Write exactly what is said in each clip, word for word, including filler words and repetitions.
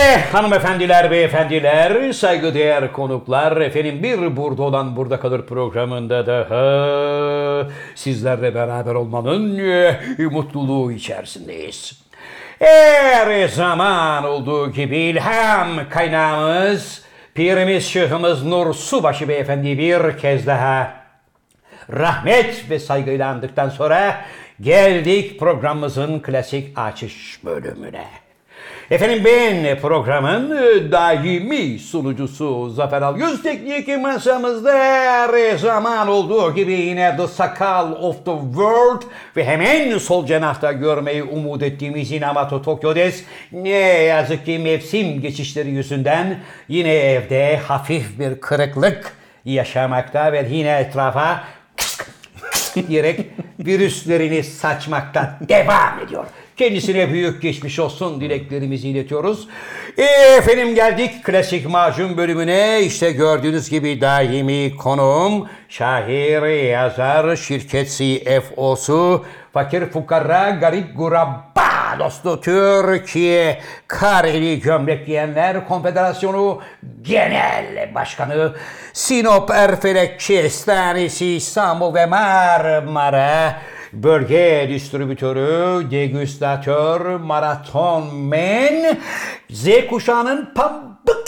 Hanımefendiler, beyefendiler, saygıdeğer konuklar, efendim bir Burada Olan Burada Kalır programında daha sizlerle beraber olmanın mutluluğu içerisindeyiz. Her zaman olduğu gibi ilham kaynağımız, pirimiz, şeyhimiz Nur Subaşı Beyefendi bir kez daha rahmet ve saygıyla andıktan sonra geldik programımızın klasik açış bölümüne. Efendim ben programın daimi sunucusu Zafer Algöz, teknik masamızda her zaman olduğu gibi yine The Sakal of the World ve hemen sol cenahta görmeyi umut ettiğimiz Inamato Tokyo'des. Ne yazık ki mevsim geçişleri yüzünden yine evde hafif bir kırıklık yaşamakta ve yine etrafa diyerek virüslerini saçmakta devam ediyor. Kendisine büyük geçmiş olsun dileklerimizi iletiyoruz. E, efendim geldik klasik macun bölümüne. İşte gördüğünüz gibi daimi konuğum, şair, yazar, şirket C F O'su, fakir fukara, garip guraba dostu Türkiye Kareli Gömlek Giyenler Konfederasyonu Genel Başkanı, Sinop Erfelek Kestanesi İstanbul ve Marmara Bölge Distribütörü, Degüstatör, Maraton Men, Z kuşağının pambık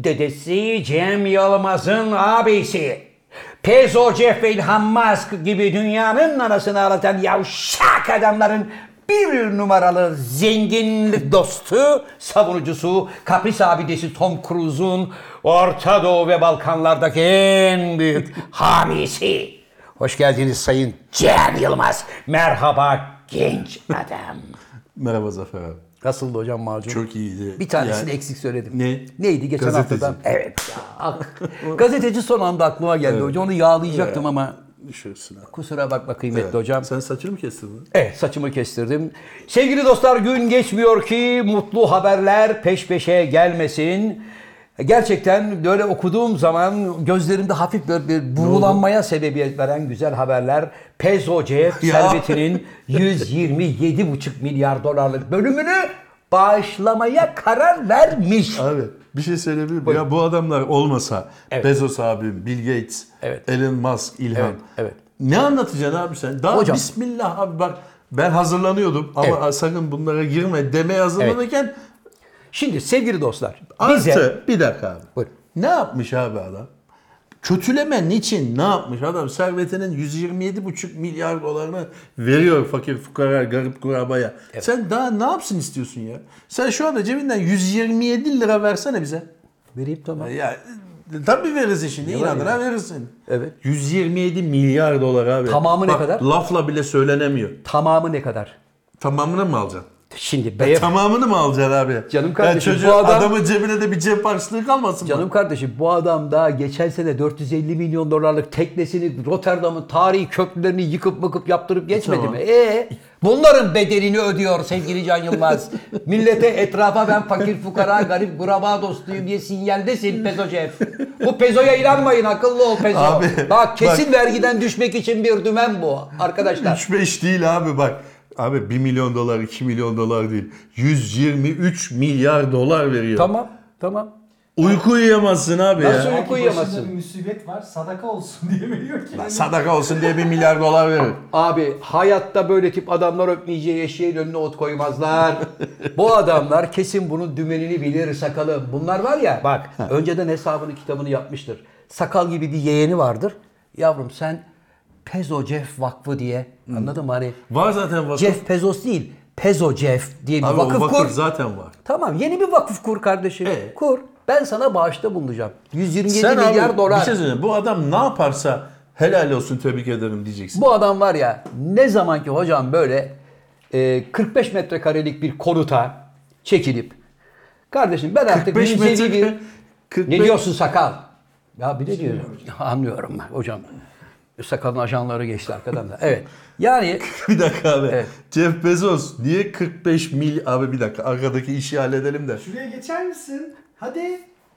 dedesi Cem Yılmaz'ın abisi, Pezo Jeff ve İlhan Musk gibi dünyanın anasını ağlatan yavşak adamların bir numaralı zengin dostu, savunucusu, kapris abidesi Tom Cruise'un Orta Doğu ve Balkanlardaki en büyük hamisi. Hoş geldiniz Sayın Cem Yılmaz. Merhaba genç adam. Merhaba Zafer abi. Nasıldı hocam macun? Çok iyiydi. Bir tanesini yani, eksik söyledim. Ne? Neydi geçen Gazeteci. haftadan? Evet. Ya. Gazeteci son anda aklıma geldi evet. Hocam. Onu yağlayacaktım evet. Ama düşürsün abi. Kusura bakma kıymetli evet. hocam. Sen saçını mı kestirdin? Evet, saçımı kestirdim. Sevgili dostlar, gün geçmiyor ki mutlu haberler peş peşe gelmesin. Gerçekten böyle okuduğum zaman gözlerimde hafif böyle bir buğulanmaya sebebiyet veren güzel haberler. Pezo Jeff servetinin yüz yirmi yedi buçuk milyar dolarlık bölümünü bağışlamaya karar vermiş. Abi bir şey söyleyebilir miyim? Ya bu adamlar olmasa evet. Bezos abim, Bill Gates, evet. Elon Musk, İlhan. Evet, evet. Ne anlatacaksın abi sen? Daha hocam, bismillah abi bak ben hazırlanıyordum ama evet. sakın bunlara girme demeye hazırlanırken evet. Şimdi sevgili dostlar. Artı bize... bir dakika abi. Buyurun. Ne yapmış abi adam? Kötüleme niçin? Ne yapmış? Adam servetinin yüz yirmi yedi buçuk milyar dolarını veriyor fakir fukara, garip kurabaya. Evet. Sen daha ne yapsın istiyorsun ya? Sen şu anda cebinden yüz yirmi yedi lira versene bize. Vereyim tamam. Ya, tabii verirsin şimdi. İnadına verirsin. Evet. yüz yirmi yedi milyar dolar abi. Tamamı Bak, ne kadar? Lafla bile söylenemiyor. Tamamı ne kadar? Tamamını mı alacaksın? Şimdi beyef... Tamamını mı alacaksın abi? Canım kardeşim yani çocuğu, bu adam... adamın cebine de bir cep harçlığı kalmasın Canım mı? kardeşim bu adam daha geçen sene dört yüz elli milyon dolarlık teknesini Rotterdam'ın tarihi köprülerini yıkıp mıkıp yaptırıp geçmedi tamam. mi? Eee bunların bedelini ödüyor sevgili Can Yılmaz. Millete etrafa ben fakir fukara garip kuraba dostuyum diye sinyaldesin Pezo Jeff. Bu Pezo'ya inanmayın, akıllı ol Pezo. Abi, bak kesin bak, vergiden düşmek için bir dümen bu arkadaşlar. üç beş değil abi bak. Abi bir milyon dolar, iki milyon dolar değil. yüz yirmi üç milyar dolar veriyor. Tamam, tamam. Uyku uyuyamazsın abi Nasıl ya. uyku uyuyamazsın? Başında bir musibet var, sadaka olsun diye veriyor ki. Lan sadaka olsun diye bir milyar dolar verir. Abi hayatta böyle tip adamlar öpmeyeceği eşeğin önüne ot koymazlar. Bu adamlar kesin bunun dümenini bilir sakalı. Bunlar var ya bak önceden hesabını kitabını yapmıştır. Sakal gibi bir yeğeni vardır. Yavrum sen Pezo Jeff Vakfı diye hmm. anladın mı hani? Var zaten vakıf. Jeff Bezos değil. Pezo Jeff diye bir abi vakıf, vakıf kur. zaten var. Tamam yeni bir vakıf kur kardeşim. Evet. Kur. Ben sana bağışta bulunacağım. yüz yirmi yedi Sen milyar abi, dolar. Bir şey söyleyeyim. Bu adam ne yaparsa helal olsun tebrik ederim diyeceksin. Bu adam var ya ne zaman ki hocam böyle e, kırk beş metrekarelik bir konuta çekilip kardeşim ben artık müzevi bir... kırk beş... Ne diyorsun sakal? Ya bir de diyorum. Anlıyorum ben hocam. Sakalın ajanları geçti arkadan da. Evet. Yani... bir dakika abi. Evet. Jeff Bezos niye kırk beş milyar... Abi bir dakika arkadaki işi halledelim de. Şuraya geçer misin? Hadi.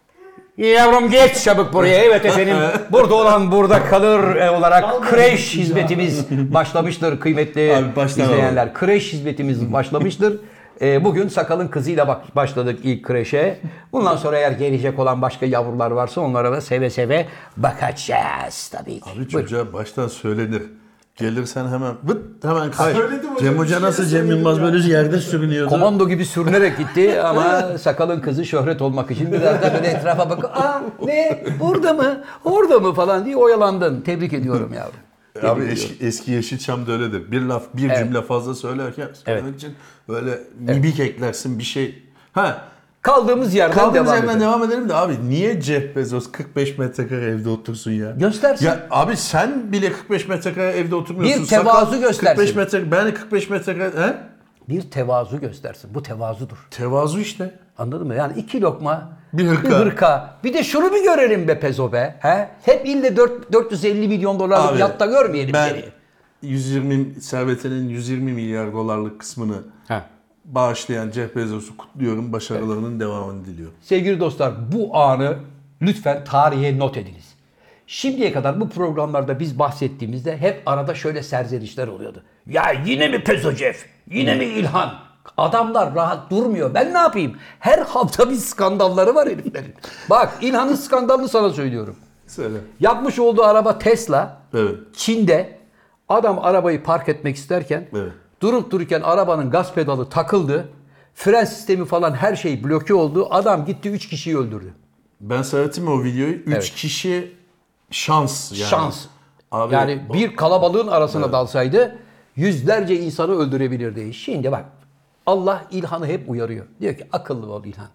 Yavrum geç çabuk buraya. Evet efendim. Burada olan burada kalır olarak kreş hizmetimiz başlamıştır kıymetli abi, izleyenler. Kreş hizmetimiz başlamıştır. Ee, bugün Sakal'ın kızıyla bak başladık ilk kreşe. Bundan sonra eğer gelecek olan başka yavrular varsa onlara da seve seve bakacağız tabii ki. Abi Buyurun. çocuğa baştan söylenir. Gelirsen hemen vıt hemen kay. Söyledim hocam, Cem Hoca bir şey nasıl de Cem söyledim Yılmaz ya. böyle yerde sürünüyordu. Komando gibi sürünerek gitti ama Sakal'ın kızı şöhret olmak için biraz da böyle etrafa bakıp aa ne burada mı orada mı falan diye oyalandın. Tebrik ediyorum yavrum. Tebrik Abi ediyorum. eski, eski Yeşilçam'da öyledir. Bir laf, bir Evet. cümle fazla söylerken söylemek Evet. için böyle mimik eklersin bir şey. Ha, Kaldığımız yerden kaldığımız devam yerden edelim. devam edelim de abi niye Jeff Bezos kırk beş metrekare evde otursun ya? Göstersin. Ya abi sen bile kırk beş metrekare evde oturmuyorsun. Bir tevazu Sakal göstersin. kırk beş metrekare, ben de kırk beş metrekare, he? Bir tevazu göstersin. Bu tevazudur. Tevazu işte. Anladın mı? Yani iki lokma, Bir hırka. bir hırka. Bir de şunu bir görelim be Pezo be. He? Hep ille dört- dört yüz elli milyon dolarlık Abi, yatta görmeyelim ben seni. yüz yirmi servetinin yüz yirmi milyar dolarlık kısmını He. bağışlayan Jeff Bezos'u kutluyorum. Başarılarının devamını diliyorum. Sevgili dostlar bu anı lütfen tarihe not ediniz. Şimdiye kadar bu programlarda biz bahsettiğimizde hep arada şöyle serzenişler oluyordu. Ya yine mi Pezo Jeff? Yine mi İlhan? Adamlar rahat durmuyor. Ben ne yapayım? Her hafta bir skandalları var heriflerin. Bak İlhan'ın skandalını sana söylüyorum. Söyle. Yapmış olduğu araba Tesla. Evet. Çin'de adam arabayı park etmek isterken Evet. durup dururken arabanın gaz pedalı takıldı. Fren sistemi falan her şey bloke oldu. Adam gitti üç kişiyi öldürdü. Ben seyrettim o videoyu. Üç Evet. kişi şans yani. Şans. Abi, yani bir kalabalığın arasına dalsaydı yüzlerce insanı öldürebilirdi. Şimdi bak Allah İlhan'ı hep uyarıyor. Diyor ki akıllı ol İlhan.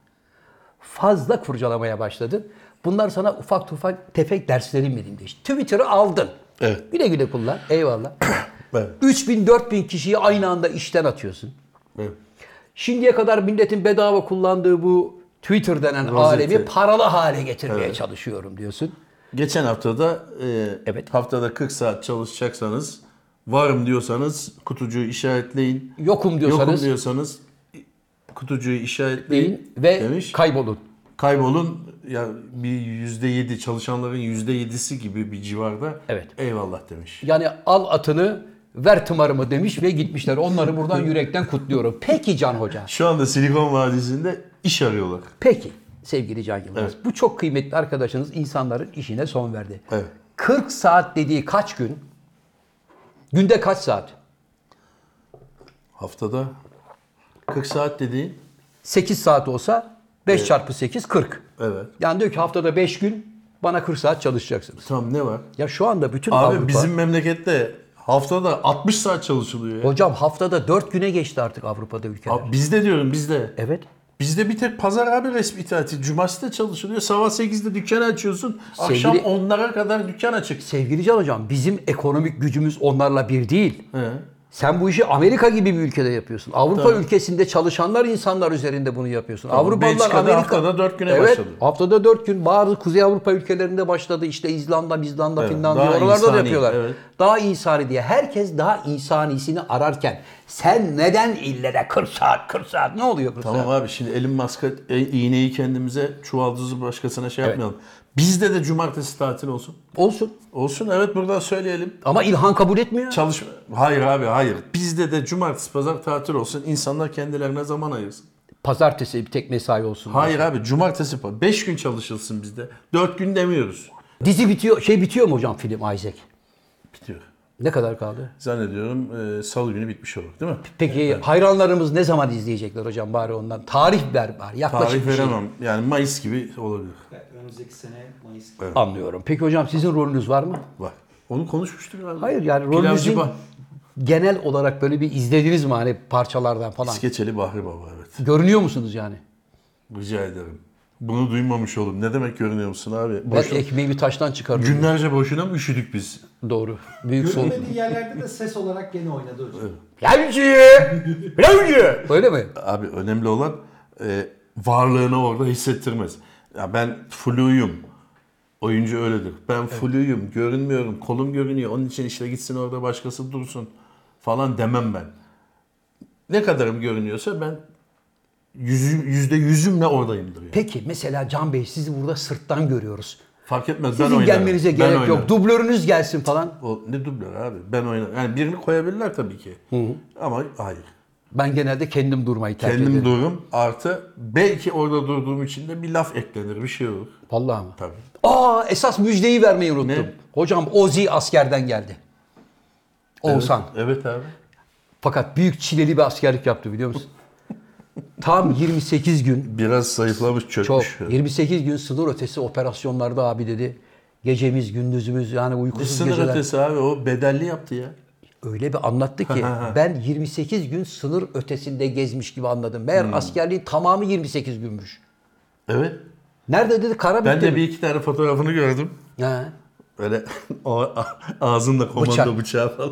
Fazla kurcalamaya başladın. Bunlar sana ufak ufak tefek derslerim benim diye. Twitter'ı aldın. Evet. Güle güle kullan. Eyvallah. Evet. üç bin dört bin kişiyi aynı anda işten atıyorsun. Evet. Şimdiye kadar milletin bedava kullandığı bu Twitter denen Rozeti. alemi paralı hale getirmeye çalışıyorum diyorsun. Geçen haftada e, Evet. haftada kırk saat çalışacaksanız, varım diyorsanız kutucuğu işaretleyin. Yokum diyorsanız Yokum diyorsanız kutucuğu işaretleyin deyin ve demiş. kaybolun. Kaybolun ya bir yüzde yedi çalışanların yüzde yedisi gibi bir civarda. Evet. Eyvallah demiş. Yani al atını ver tımarımı demiş ve gitmişler. Onları buradan yürekten kutluyorum. Peki Can Hoca. Şu anda Silikon Vadisi'nde iş arıyorlar. Peki sevgili Can Yılmaz. Evet. Bu çok kıymetli arkadaşınız insanların işine son verdi. Evet. kırk saat dediği kaç gün? Günde kaç saat? Haftada kırk saat dediğin. sekiz saat olsa beş çarpı sekiz kırk. Evet. Yani diyor ki haftada beş gün bana kırk saat çalışacaksınız. Tamam ne var? Ya şu anda bütün Abi Avrupa... bizim memlekette haftada altmış saat çalışılıyor ya. Hocam haftada dört güne geçti artık Avrupa'da ülkeler. Abi bizde diyorum bizde. Evet. Bizde bir tek pazar abi resmi tatil. Cumartesi de çalışılıyor. Sabah sekizde dükkanı açıyorsun. Sevgili- Akşam onlara kadar dükkan açık. Sevgili Can Hocam bizim ekonomik gücümüz onlarla bir değil. He. Sen bu işi Amerika gibi bir ülkede yapıyorsun. Avrupa Tabii. ülkesinde çalışanlar insanlar üzerinde bunu yapıyorsun. Tabii, Avrupalılar Belçika'da Amerika... haftada dört güne evet, başladı. haftada dört gün. Bazı Kuzey Avrupa ülkelerinde başladı. İşte İzlanda, İzlanda, Evet, Finlandiya daha oralarda da insani, yapıyorlar. evet. Daha insani diye. Herkes daha insanisini ararken sen neden ille de kırk saat kırk saat ne oluyor kırk Tamam saat? abi şimdi Elon Musk'a e, iğneyi kendimize çuvaldızı başkasına şey Evet. yapmayalım. Bizde de cumartesi tatil olsun. Olsun. Olsun evet buradan söyleyelim. Ama İlhan kabul etmiyor. Çalışma. Hayır abi hayır. Bizde de cumartesi pazar tatil olsun. İnsanlar kendilerine zaman ayırsın. Pazartesi bir tek mesai olsun. Hayır abi cumartesi pa- beş gün çalışılsın bizde. dört gün demiyoruz. Dizi bitiyor. Şey bitiyor mu hocam film Isaac? Bitiyor. Ne kadar kaldı? Zannediyorum e, salı günü bitmiş olur değil mi? Peki hayranlarımız ne zaman izleyecekler hocam bari ondan? Tarih ver bari. Yaklaşık Tarih bir şey. veremem. Yani Mayıs gibi olabilir. Evet, önümüzdeki sene Mayıs. Anlıyorum. Peki hocam sizin rolünüz var mı? Var. Onu konuşmuştuk abi. Hayır yani Pilavcı rolünüzün Bah- genel olarak böyle bir izlediniz mi hani parçalardan falan? İskeçeli Bahri Baba evet. Görünüyor musunuz yani? Rica ederim. Bunu duymamış oldum. Ne demek görünüyor musun abi? Ben Boşu- ekmeği bir taştan çıkarıyorum. Günlerce boşuna mı üşüdük biz? Doğru. Büyük sorun. Görünmediği yerlerde de ses olarak gene oynadı hocam. Pilavcı! Pilavcı! Öyle mi? Abi önemli olan e, varlığını orada hissettirmez. Ya ben fluyum. Oyuncu öyledir. Ben fluyum, görünmüyorum, kolum görünüyor. Onun için işte gitsin orada başkası dursun falan demem ben. Ne kadarım görünüyorsa ben yüzüm, yüzde yüzümle oradayımdır. Yani. Peki mesela Can Bey sizi burada sırttan görüyoruz. Fark etmez ben Sizin oynarım. gelmenize Ben gerek oynarım. yok. Dublörünüz gelsin falan. O ne dublör abi? Ben oynarım. Yani birini koyabilirler tabii ki. Ama hayır. Ben genelde kendim durmayı tercih Kendim ederim. dururum artı belki orada durduğum için de bir laf eklenir, bir şey olur. Vallahi mı? Tabii. Aa, esas müjdeyi vermeyi unuttum. Ne? Hocam Ozi askerden geldi. Oğuzhan. Evet, evet abi. Fakat büyük çileli bir askerlik yaptı biliyor musun? Tam yirmi sekiz gün, Biraz zayıflamış, çok çökmüş. yirmi sekiz gün sınır ötesi operasyonlarda abi dedi. Gecemiz, gündüzümüz yani Ne uykusuz sınır geceler. ötesi abi, o bedelli yaptı ya. Öyle bir anlattı ki ben yirmi sekiz gün sınır ötesinde gezmiş gibi anladım. Meğer Hmm. askerliğin tamamı yirmi sekiz günmüş. Evet. Nerede dedi? Karabük'te Ben de mi? bir iki tane fotoğrafını gördüm. He. Böyle o a- ağzında komando Bıçak. bıçağı falan.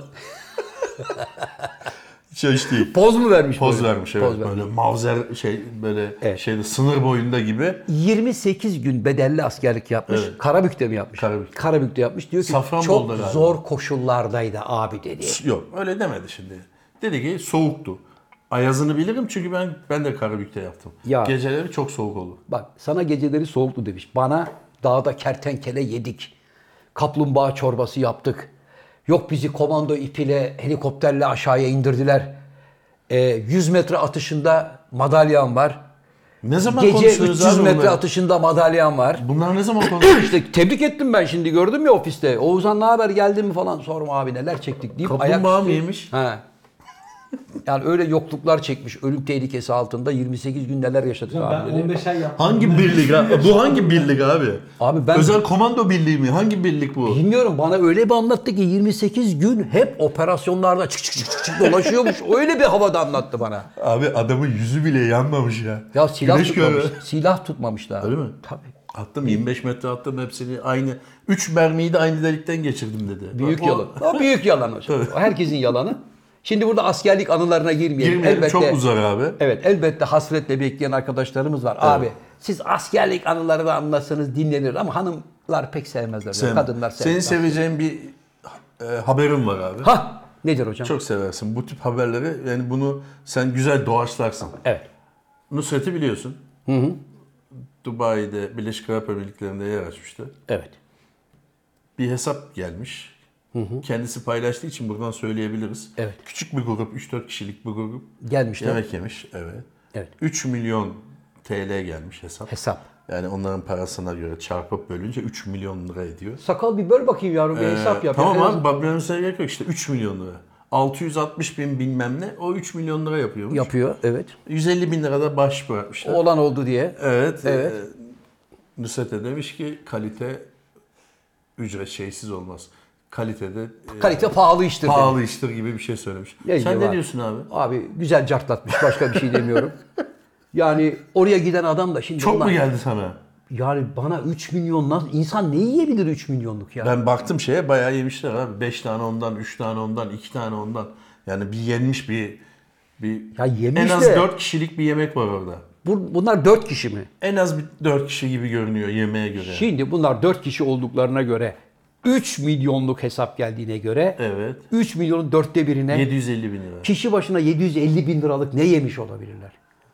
Hiç hoş değil. Poz mu vermiş? Poz böyle? vermiş evet. Poz vermiş. Böyle mavzer şey böyle Evet. şeyde sınır boyunda gibi. yirmi sekiz gün bedelli askerlik yapmış. Evet. Karabük'te mi yapmış? Karabük. Karabük'te yapmış. Diyor ki Safranbolu'da çok galiba. zor koşullardaydı abi dedi. Yok öyle demedi şimdi. Dedi ki soğuktu. Ayazını bilirim çünkü ben ben de Karabük'te yaptım. Ya. Geceleri çok soğuk olur. Bak sana geceleri soğuktu demiş. Bana dağda kertenkele yedik. Kaplumbağa çorbası yaptık. Yok bizi komando ipiyle helikopterle aşağıya indirdiler. Ee, yüz metre atışında madalyam var. Ne zaman Gece konuştunuz üç yüz abi metre bunları? atışında madalyam var. Bunlar ne zaman konuştunuz? İşte tebrik ettim ben şimdi gördüm ya ofiste. Oğuzhan ne haber geldi mi falan sorma abi neler çektik deyip Kaplumbağa mı üstü- yemiş? He. Yani öyle yokluklar çekmiş ölüm tehlikesi altında yirmi sekiz gün neler yaşadık Hocam abi ben dedi. on beşer yaptım. Hangi birlik abi? Bu hangi birlik abi? Abi ben Özel komando birliği mi? Hangi birlik bu? bilmiyorum bana öyle bir anlattı ki yirmi sekiz gün hep operasyonlarda çık çık çık çık çık dolaşıyormuş. Öyle bir havada anlattı bana. Abi adamın yüzü bile yanmamış ya. Ya silah Güneş tutmamış. görüyor. Silah tutmamışlar. Öyle mi? Tabii. Attım yirmi beş metre attım hepsini aynı. üç mermiyi de aynı delikten geçirdim dedi. Büyük O- yalan. O büyük yalan hocam. O herkesin yalanı. Şimdi burada askerlik anılarına girmeyelim. Girmeyelim Elbette, çok uzar abi. Evet elbette hasretle bekleyen arkadaşlarımız var. Abi siz askerlik anıları da anlatsanız dinlenir ama hanımlar pek sevmezler. Sen- Kadınlar Senin sevmez. seveceğin bir e, haberim var abi. Ha nedir hocam? Çok seversin bu tip haberleri. Yani bunu sen güzel doğaçlarsın. Evet. Nusret'i biliyorsun. Hı hı. Dubai'de Birleşik Arap Emirlikleri'nde yer açmıştı. Evet. Bir hesap gelmiş. Kendisi paylaştığı için buradan söyleyebiliriz. Evet. Küçük bir grup, üç dört kişilik bir grup Gelmişler. yemek yemiş. Evet. Evet. üç milyon T L gelmiş hesap. Hesap. Yani onların parasına göre çarpıp bölünce üç milyon lira ediyor. Sakal bir böl bakayım yavrum bir Ee, hesap yap. Tamam En az- abi babamıza gerek yok işte üç milyon lira. altı yüz altmış bin bilmem ne o üç milyon lira yapıyormuş. Yapıyor evet. yüz elli bin lira da baş bırakmışlar. Olan oldu diye. Evet. Evet. E, Nusret'e demiş ki kalite ücret şeysiz olmaz. Kalitede e, Kalite pahalı iştir. dedi. pahalı iştir gibi bir şey söylemiş. Ne Sen gibi ne abi? diyorsun abi? Abi güzel cartlatmış başka bir şey demiyorum. Yani oraya giden adam da şimdi Çok ulan- mu geldi sana? Yani bana üç milyon nasıl insan ne yiyebilir üç milyonluk ya? Ben baktım şeye bayağı yemişler abi. beş tane ondan, üç tane ondan, iki tane ondan. Yani bir yenmiş bir bir Ya yemiş en az de- dört kişilik bir yemek var orada. Bu, bunlar dört kişi mi? En az bir dört kişi gibi görünüyor yemeğe göre. Şimdi bunlar dört kişi olduklarına göre üç milyonluk hesap geldiğine göre Evet. üç milyonun dörtte birine yedi yüz elli bin lira. kişi başına yedi yüz elli bin liralık ne yemiş olabilirler?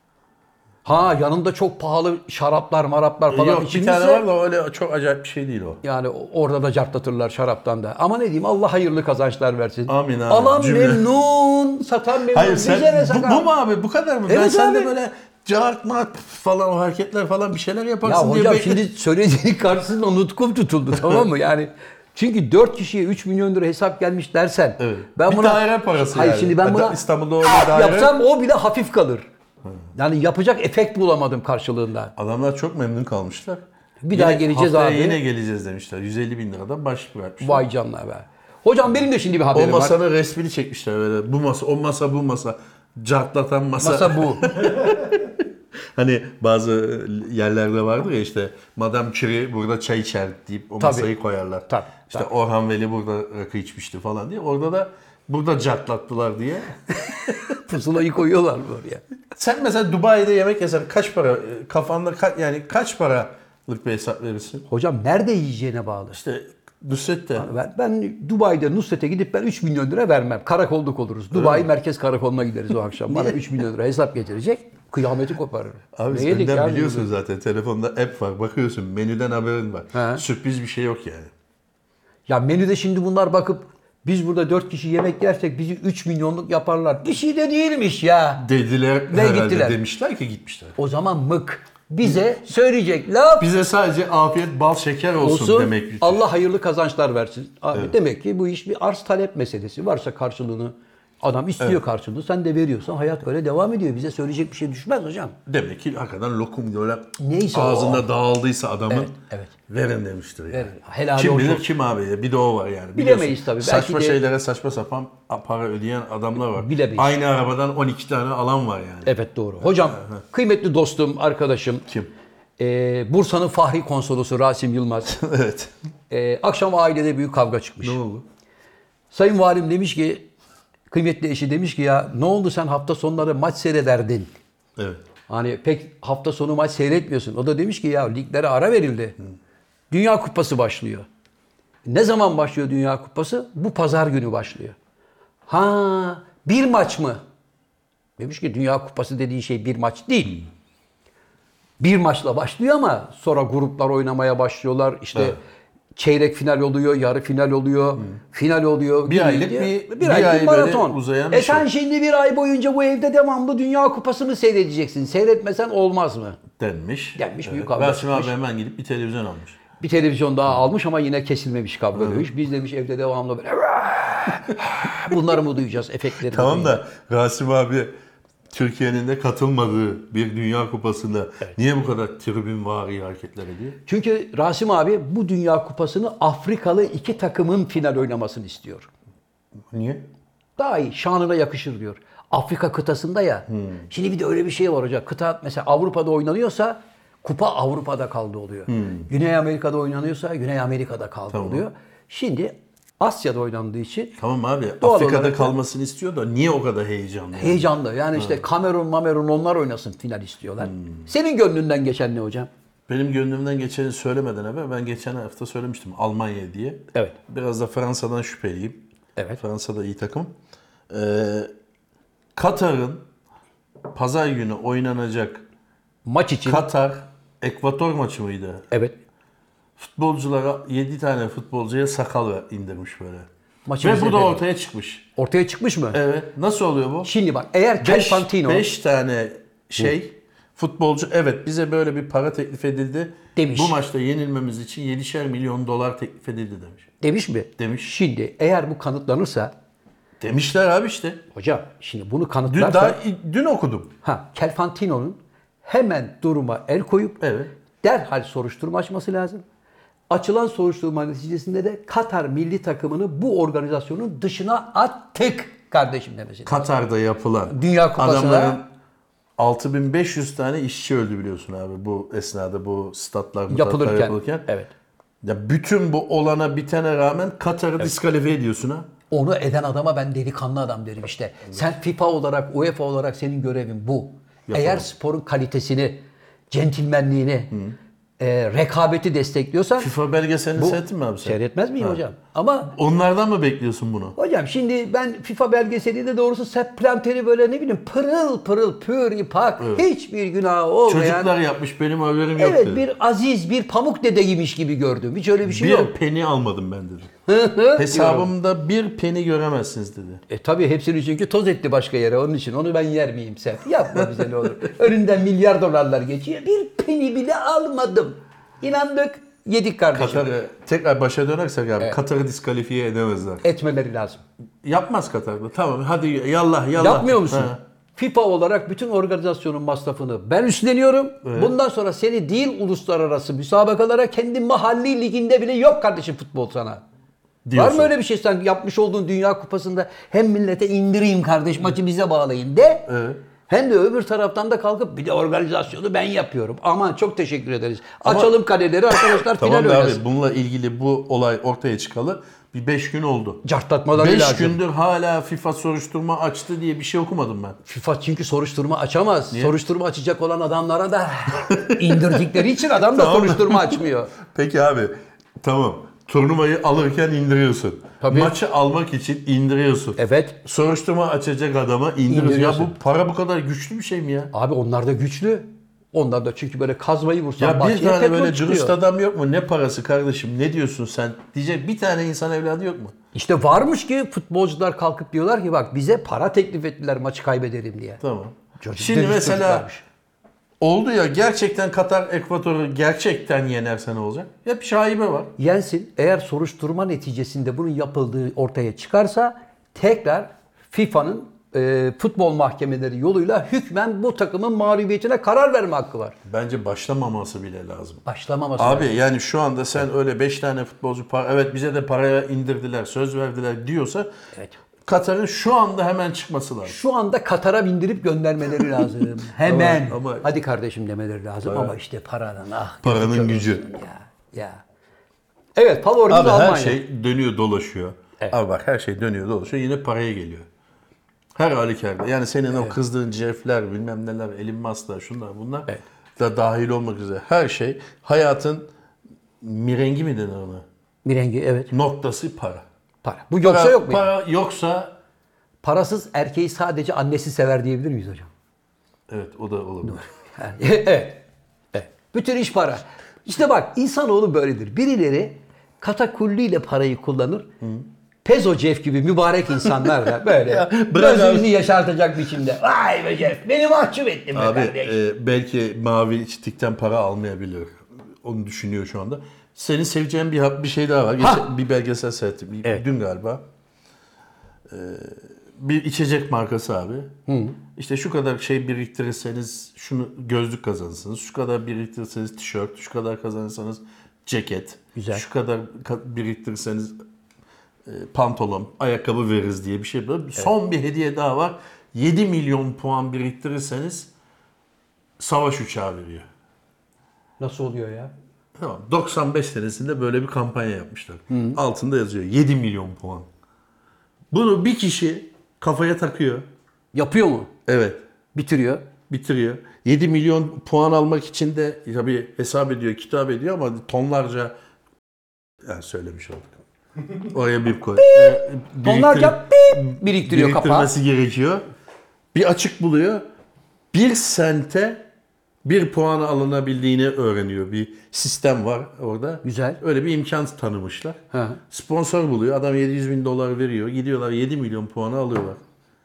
Ha yanında çok pahalı şaraplar maraplar falan Yok bir içilmişse tane var da öyle çok acayip bir şey değil o. yani orada da cartlatırlar şaraptan da. Ama ne diyeyim Allah hayırlı kazançlar versin. Amin, amin. Alan Cümle. memnun, satan memnun. Hayır Bize sen ne bu, sakal? bu mu abi bu kadar mı? ben Evet sen de abi. böyle cart mart falan o hareketler falan bir şeyler Ya yaparsın diye hocam bekle- şimdi söylediğin karşısında nutkum tutuldu tamam mı? Yani çünkü dört kişiye üç milyon lira hesap gelmiş dersen. Evet. Ben Bir buna, daire parası Hayır yani. şimdi ben Hatta buna İstanbul'da öyle daire- yapsam o bile hafif kalır. Yani yapacak efekt bulamadım karşılığında. Adamlar çok memnun kalmışlar. Bir daha Yine geleceğiz haftaya abi. yine geleceğiz demişler. yüz elli bin liradan baş bırakmışlar. Vay canına be. Hocam benim de şimdi bir O haberim var. masanın resmini çekmişler böyle. Bu masa, o masa, bu masa. Cartlatan masa. Masa bu. Hani bazı yerlerde vardır ya işte Madame Curie burada çay içer deyip o Tabii. masayı koyarlar. Tabii, İşte tabii. Orhan Veli burada rakı içmişti falan diye. Orada da burada cartlattılar diye. Pusulayı koyuyorlar buraya. Sen mesela Dubai'de yemek yesen kaç para e, kafanda ka- yani kaç paralık bir hesap verirsin? Hocam nerede yiyeceğine bağlı. İşte Nusret'te. Ben, ben Dubai'de Nusret'e gidip ben üç milyon lira vermem. Karakolluk oluruz. Dubai Merkez Karakoluna gideriz o akşam. Bana üç milyon lira hesap getirecek. Kıyameti koparır. Abi Ne sen yedik önden ya? biliyorsun zaten. Telefonda app var. Bakıyorsun menüden haberin var. He. Sürpriz bir şey yok yani. Ya menüde şimdi bunlar bakıp Biz burada dört kişi yemek yersek bizi üç milyonluk yaparlar. Bir şey de değilmiş ya. Dediler Ve herhalde, gittiler. demişler ki gitmişler. O zaman mık bize söyleyecek laf Bize sadece afiyet bal şeker olsun, olsun. demek ki. Allah hayırlı kazançlar versin. Abi demek ki bu iş bir arz talep meselesi. Varsa karşılığını adam istiyor karşılığını. Sen de veriyorsan hayat öyle devam ediyor. Bize söyleyecek bir şey düşmez hocam. Demek ki hakikaten lokum böyle Neyse o. ağzında dağıldıysa adamın Evet, evet. verin demiştir yani. Verin. Helali Kim hoş bilir olsun. kim abi, bir de o var yani. Bilemeyiz Biliyorsun, tabii. Belki Saçma de- şeylere saçma sapan para ödeyen adamlar var. Bilemeyiz. Aynı arabadan on iki tane alan var yani. Evet doğru. Hocam kıymetli dostum, arkadaşım. Kim? e, Bursa'nın Fahri Konsolosu Rasim Yılmaz. Evet. e, akşam ailede büyük kavga çıkmış. Ne oldu? Sayın Valim demiş ki, kıymetli eşi demiş ki ya ne oldu sen hafta sonları maç seyrederdin. Evet. Hani pek hafta sonu maç seyretmiyorsun. O da demiş ki ya liglere ara verildi. Dünya Kupası başlıyor. Ne zaman başlıyor Dünya Kupası? Bu pazar günü başlıyor. Ha, bir maç mı? Demiş ki Dünya Kupası dediğin şey bir maç değil. Bir maçla başlıyor ama sonra gruplar oynamaya başlıyorlar. İşte Evet. çeyrek final oluyor, yarı final oluyor, final oluyor. Bir gibi aylık diye. bir- bir, bir aylık ay bir böyle maraton. uzayan e bir sen şey. şimdi bir ay boyunca bu evde devamlı Dünya Kupası'nı seyredeceksin. Seyretmesen olmaz mı? Denmiş. Denmiş, büyük kavga Rasim abi çıkmış. hemen gidip bir televizyon almış. Bir televizyon daha almış ama yine kesilmemiş kavga dövüş. Biz demiş evde devamlı böyle bunları mı duyacağız, efektleri mi Tamam duyacağız? da Rasim abi Türkiye'nin de katılmadığı bir Dünya Kupası'nda niye bu kadar tribün vari hareketler ediyor? Çünkü Rasim abi bu Dünya Kupası'nı Afrikalı iki takımın final oynamasını istiyor. Niye? Daha iyi, şanına yakışır diyor. Afrika kıtasında ya. Hmm. Şimdi bir de öyle bir şey var hocam. Kıta mesela Avrupa'da oynanıyorsa kupa Avrupa'da kaldı oluyor. Güney Amerika'da oynanıyorsa Güney Amerika'da kaldı Hmm. Tamam. oluyor. Şimdi Asya'da oynandığı için Tamam abi Doğal Afrika'da olarak da- kalmasını istiyor da niye o kadar heyecanlı? heyecanlı. Yani işte Kamerun, Mamerun onlar oynasın final istiyorlar. Hmm. Senin gönlünden geçen ne hocam? Benim gönlümden geçeni söylemeden evvel ben geçen hafta söylemiştim Almanya diye. Evet. Biraz da Fransa'dan şüpheliyim. Evet. Fransa da iyi takım. Ee, Katar'ın pazar günü oynanacak Maç için. Katar Ekvator maçı mıydı? Evet. Futbolculara yedi tane futbolcuya sakal ver- indirmiş böyle. Maçı Ve bize bu da verin. ortaya çıkmış. Ortaya çıkmış mı? Evet. Nasıl oluyor bu? Şimdi bak eğer Beş, Kelfantino beş tane şey futbolcu evet bize böyle bir para teklif edildi. Demiş. Bu maçta yenilmemiz için yedişer milyon dolar teklif edildi demiş. demiş mi? Demiş. Şimdi eğer bu kanıtlanırsa Demişler abi işte. hocam şimdi bunu Dün, kanıtlarsa daha dün okudum. ha Kelfantino'nun hemen duruma el koyup Evet. derhal soruşturma açması lazım. Açılan soruşturma neticesinde de Katar milli takımını bu organizasyonun dışına attık kardeşim demesi. Katar'da yapılan Dünya Kupası'na- adamların altı bin beş yüz tane işçi öldü biliyorsun abi bu esnada bu statlar bu Yapılırken, tatlar yapılırken. evet. Ya bütün bu olana bitene rağmen Katar'ı diskalifiye ediyorsun ha. Onu eden adama ben delikanlı adam derim işte. Sen FIFA olarak, UEFA olarak senin görevin bu. Eğer sporun kalitesini, centilmenliğini, e, rekabeti destekliyorsan FIFA belgeselini bu- seyrettin mi abi sen? seyretmez miyim hocam? Ama Onlardan mı bekliyorsun bunu? hocam şimdi ben FIFA belgeselinde doğrusu Sepp Blatter'i böyle ne bileyim pırıl pırıl pür pak hiçbir günahı olmayan Çocuklar yapmış benim haberim yok evet dedi. bir aziz bir pamuk dedeymiş gibi gördüm. Hiç öyle bir şey Bir yok. peni almadım ben dedi. Diyorum. Hesabımda bir peni göremezsiniz dedi. E tabii hepsini çünkü toz etti başka yere. Onun için onu ben yer miyim sen? Yapma bize ne olur. Önünden milyar dolarlar geçiyor. Bir peni bile almadım. İnandık. Yedik kardeşim. Katar'ı tekrar başa dönersek abi Katar'ı diskalifiye edemezler. Etmeleri lazım. Yapmaz Katar'da. Tamam hadi yallah yallah. Yapmıyor musun? Ha. FIFA olarak bütün organizasyonun masrafını ben üstleniyorum. Bundan sonra seni değil uluslararası müsabakalara kendi mahalli liginde bile yok kardeşim futbol sana. Diyorsun. Var mı öyle bir şey sen yapmış olduğun Dünya Kupası'nda hem millete indireyim kardeş maçı bize bağlayın de. Evet. Hem de öbür taraftan da kalkıp bir de organizasyonu ben yapıyorum. Aman çok teşekkür ederiz. Açalım kaleleri arkadaşlar Tamam final da oynasın. abi bununla ilgili bu olay ortaya çıkalı bir beş gün oldu. Cartlatmaları beş lazım. gündür hala FIFA soruşturma açtı diye bir şey okumadım ben. FIFA çünkü soruşturma açamaz. Soruşturma açacak olan adamlara da indirdikleri için adam da Tamam. soruşturma açmıyor. Peki abi tamam. Turnuvayı alırken indiriyorsun. Tabii. Maçı almak için indiriyorsun. Evet. Soruşturma açacak adama indiriyorsun. İndiriyorsun. Ya bu para bu kadar güçlü bir şey mi ya? Abi onlar da güçlü. Onlar da çünkü böyle kazmayı vursan Ya bir bahçeye tane petrol böyle çıkıyor. dürüst adam yok mu? Ne parası kardeşim? Ne diyorsun sen? Diyecek bir tane insan evladı yok mu? İşte varmış ki futbolcular kalkıp diyorlar ki bak bize para teklif ettiler maçı kaybedelim diye. Tamam. Çocuk Şimdi dürüst mesela çocuklarmış. oldu ya, gerçekten Katar Ekvator'u gerçekten yenerse ne olacak? Hep şaibe var. Yensin. Eğer soruşturma neticesinde bunun yapıldığı ortaya çıkarsa tekrar FIFA'nın e, futbol mahkemeleri yoluyla hükmen bu takımın mağlubiyetine karar verme hakkı var. Bence başlamaması bile lazım. Başlamaması Abi lazım. yani şu anda sen öyle beş tane futbolcu para, evet bize de paraya indirdiler, söz verdiler diyorsa Evet. Katar'ın şu anda hemen çıkması lazım. Şu anda Katar'a bindirip göndermeleri lazım. Hemen. Ama- ama- Hadi kardeşim demeleri lazım ama işte paranın ah. Paranın gözü kör gücü. olsun Ya. ya. Evet favorimiz Abi Almanya. her şey dönüyor dolaşıyor. Evet. Abi bak her şey dönüyor dolaşıyor, yine paraya geliyor. Her halükarda. Yani senin o kızdığın Jeff'ler, bilmem neler, Elon Musk'lar, şunlar bunlar Evet. da dahil olmak üzere her şey hayatın mirengi mi denir ona? Mirengi evet. Noktası para. Para. Bu yoksa Para- yok mu? yani? Para yoksa Parasız erkeği sadece annesi sever diyebilir miyiz hocam? evet, o da olabilir. Yani, evet. evet. Bütün iş para. İşte bak insanoğlu böyledir. Birileri katakulliyle parayı kullanır. Pezo Jeff gibi mübarek insanlar da böyle bırak gözünüzü yaşartacak biçimde. Vay be Jeff beni mahcup ettin be Abi kardeş. e, belki mavi çitikten para almayabilir. Onu düşünüyor şu anda. Senin seveceğin bir bir şey daha var. Geçen, bir belgesel seyrettim. Bir- Evet. Dün galiba. Ee, bir içecek markası abi. İşte şu kadar şey biriktirirseniz şunu gözlük kazanırsınız. Şu kadar biriktirirseniz tişört. Şu kadar kazanırsanız ceket. Güzel. Şu kadar ka- biriktirirseniz e, pantolon, ayakkabı veririz diye bir şey. Böyle son bir hediye daha var. yedi milyon puan biriktirirseniz savaş uçağı veriyor. Nasıl oluyor ya? Tamam. doksan beş senesinde böyle bir kampanya yapmışlar. Altında yazıyor yedi milyon puan. Bunu bir kişi kafaya takıyor. Yapıyor mu? Evet. Bitiriyor. Bitiriyor. yedi milyon puan almak için de tabii hesap ediyor, kitap ediyor ama tonlarca yani söylemiş olduk. Oraya bir koy. Ee, Tonlarca biriktir- pip biriktiriyor kapağı. biriktirmesi gerekiyor. Bir açık buluyor. Bir sente bir puan alınabildiğini öğreniyor. Bir sistem var orada. Güzel. Öyle bir imkan tanımışlar. Hı. Sponsor buluyor. Adam yedi yüz bin dolar veriyor. Gidiyorlar yedi milyon puanı alıyorlar.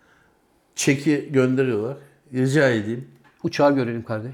Çeki gönderiyorlar. Rica edeyim. Uçağı görelim kardeş.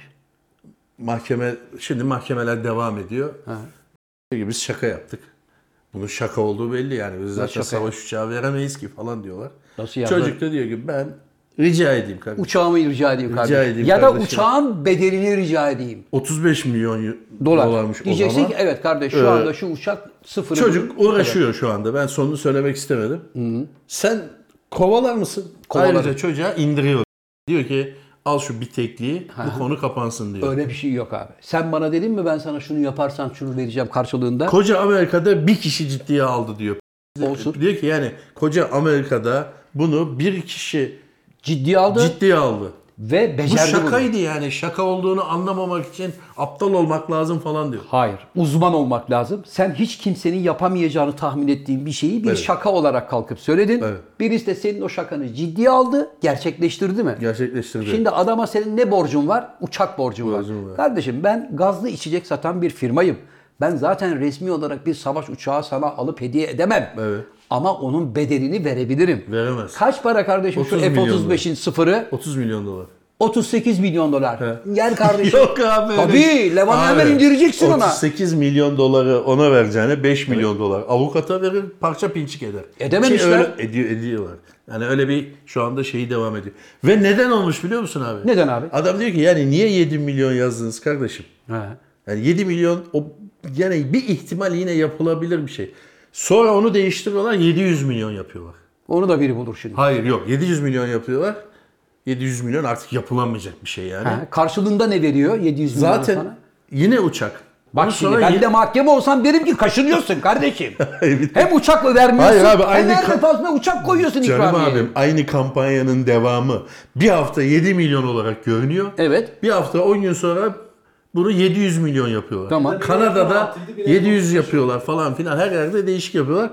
Mahkeme, şimdi mahkemeler devam ediyor. Diyor ki biz şaka yaptık. Bunun şaka olduğu belli yani. Biz zaten şaka savaş uçağı veremeyiz ki falan diyorlar. Nasıl ya? Çocuk da diyor ki ben rica edeyim kardeşim. Uçağımı rica edeyim Rica kardeşim. edeyim ya da kardeşim. uçağın bedelini rica edeyim. otuz beş milyon Dolar. dolarmış o Diyeceksin zaman. ki evet kardeş şu Ee, anda şu uçak sıfırı. Çocuk uğraşıyor şu anda. Ben sonunu söylemek istemedim. Sen kovalar mısın? Kovalarım. Ayrıca çocuğa indiriyor. Diyor ki al şu bitekliği bu konu kapansın diyor. Öyle bir şey yok abi. Sen bana dedin mi ben sana şunu yaparsan şunu vereceğim karşılığında. Koca Amerika'da bir kişi ciddiye aldı diyor. Olsun. Diyor ki yani koca Amerika'da bunu bir kişi Ciddiye aldı ciddiye aldı. ve Bu becerdi bunu. şakaydı yani. Şaka olduğunu anlamamak için aptal olmak lazım falan diyor. Hayır. Uzman olmak lazım. Sen hiç kimsenin yapamayacağını tahmin ettiğin bir şeyi bir Evet. şaka olarak kalkıp söyledin. Evet. Birisi de senin o şakanı ciddiye aldı, gerçekleştirdi mi? Gerçekleştirdi. Şimdi adama senin ne borcun var? Uçak borcun var. Borcum var. Kardeşim ben gazlı içecek satan bir firmayım. Ben zaten resmi olarak bir savaş uçağı sana alıp hediye edemem. Evet. Ama onun bedelini verebilirim. Veremez. Kaç para kardeşim şu otuz F milyon otuz beşin sıfırı? otuz milyon dolar. otuz sekiz milyon dolar. He. Gel kardeşim. Yok abi. öyle- Tabii. Levan'ı Abi, hemen indireceksin ona. otuz sekiz milyon doları ona vereceğine beş milyon dolar. Avukata verir, parça pinçik eder. Edememişler. Ki öyle ediyor, ediyorlar. Yani öyle bir şu anda şeyi devam ediyor. Ve neden olmuş biliyor musun abi? Neden abi? Adam diyor ki yani niye yedi milyon yazdınız kardeşim? He. Yani yedi milyon o yani bir ihtimal yine yapılabilir bir şey. Sonra onu değiştiriyorlar yedi yüz milyon yapıyorlar. Onu da biri bulur şimdi. Hayır yok yedi yüz milyon yapıyorlar. yedi yüz milyon artık yapılamayacak bir şey yani. He. Karşılığında ne veriyor yedi yüz milyon Zaten sana? yine uçak. Bak Ondan şimdi sonra ben ye- de mahkeme olsam derim ki kaşınıyorsun kardeşim. Bir- Hem uçakla vermiyorsun Hayır abi, aynı hem her ka- defasında uçak koyuyorsun Canım ikramiye. abim aynı kampanyanın devamı. Bir hafta yedi milyon olarak görünüyor. Evet. Bir hafta on gün sonra bunu yedi yüz milyon yapıyorlar. Tamam. Kanada'da Bir de bir yedi yüz elli yapıyorlar falan filan. Her yerde değişik yapıyorlar.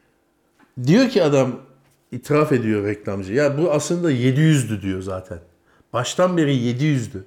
Diyor ki adam itiraf ediyor reklamcı. Ya bu aslında yedi yüzdü diyor zaten. Baştan beri yedi yüzdü.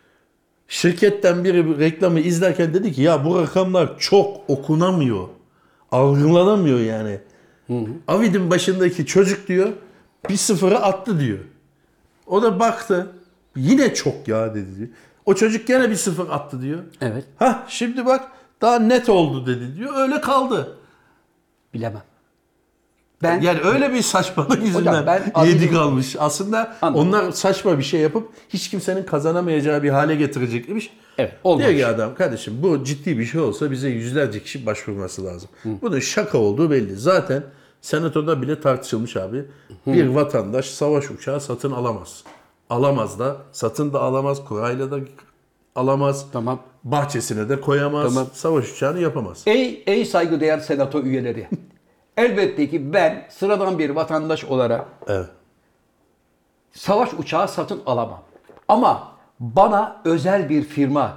Şirketten biri reklamı izlerken dedi ki ya bu rakamlar çok okunamıyor. Algılanamıyor yani. Avid'in başındaki çocuk diyor bir sıfıra attı diyor. O da baktı. Yine çok ya dedi diyor. O çocuk gene bir sıfır attı diyor. Evet. Hah şimdi bak daha net oldu dedi diyor. Öyle kaldı. Bilemem. Ben Yani öyle bir saçmalık yüzünden ben yedi Avid'in- kalmış. Aslında Anladım. onlar saçma bir şey yapıp hiç kimsenin kazanamayacağı bir hale getirecekmiş. Evet, olmamış. Diyor ki adam kardeşim bu ciddi bir şey olsa bize yüzlerce kişi başvurması lazım. Bunun şaka olduğu belli. Zaten senatoda bile tartışılmış abi. Bir vatandaş savaş uçağı satın alamaz. Alamaz da, satın da alamaz, kurayla da alamaz. Tamam. Bahçesine de koyamaz. Tamam. Savaş uçağını yapamaz. Ey ey saygıdeğer senato üyeleri. Elbette ki ben sıradan bir vatandaş olarak Evet. savaş uçağı satın alamam. Ama bana özel bir firma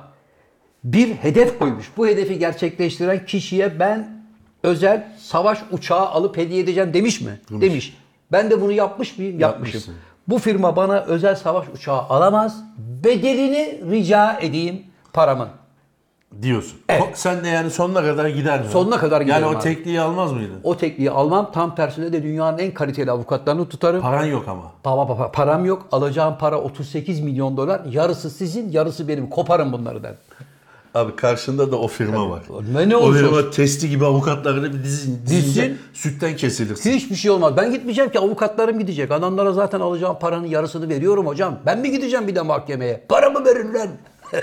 bir hedef koymuş. Bu hedefi gerçekleştiren kişiye ben özel savaş uçağı alıp hediye edeceğim demiş mi? Demiş. demiş. Ben de bunu yapmış mıyım? Yapmışım. Yapmışsın. Bu firma bana özel savaş uçağı alamaz. Bedelini rica edeyim paramın. Diyorsun. Evet. Ko- Sen de yani sonuna kadar gider mi? Sonuna kadar giderim Yani o abi. tekliği almaz mıydın? O tekliği almam. Tam tersine de dünyanın en kaliteli avukatlarını tutarım. Paran yok ama. Pa- pa- pa- Param yok. Alacağım para otuz sekiz milyon dolar. Yarısı sizin, yarısı benim. Koparın bunları der. Abi karşında da o firma var. Ne ne O olursa firma olsun. testi gibi avukatlarını bir dizin, dizince Dizsin. sütten kesilirsin. Hiçbir şey olmaz. Ben gitmeyeceğim ki avukatlarım gidecek. Adamlara zaten alacağım paranın yarısını veriyorum hocam. Ben mi gideceğim bir de mahkemeye? Paramı verin lan.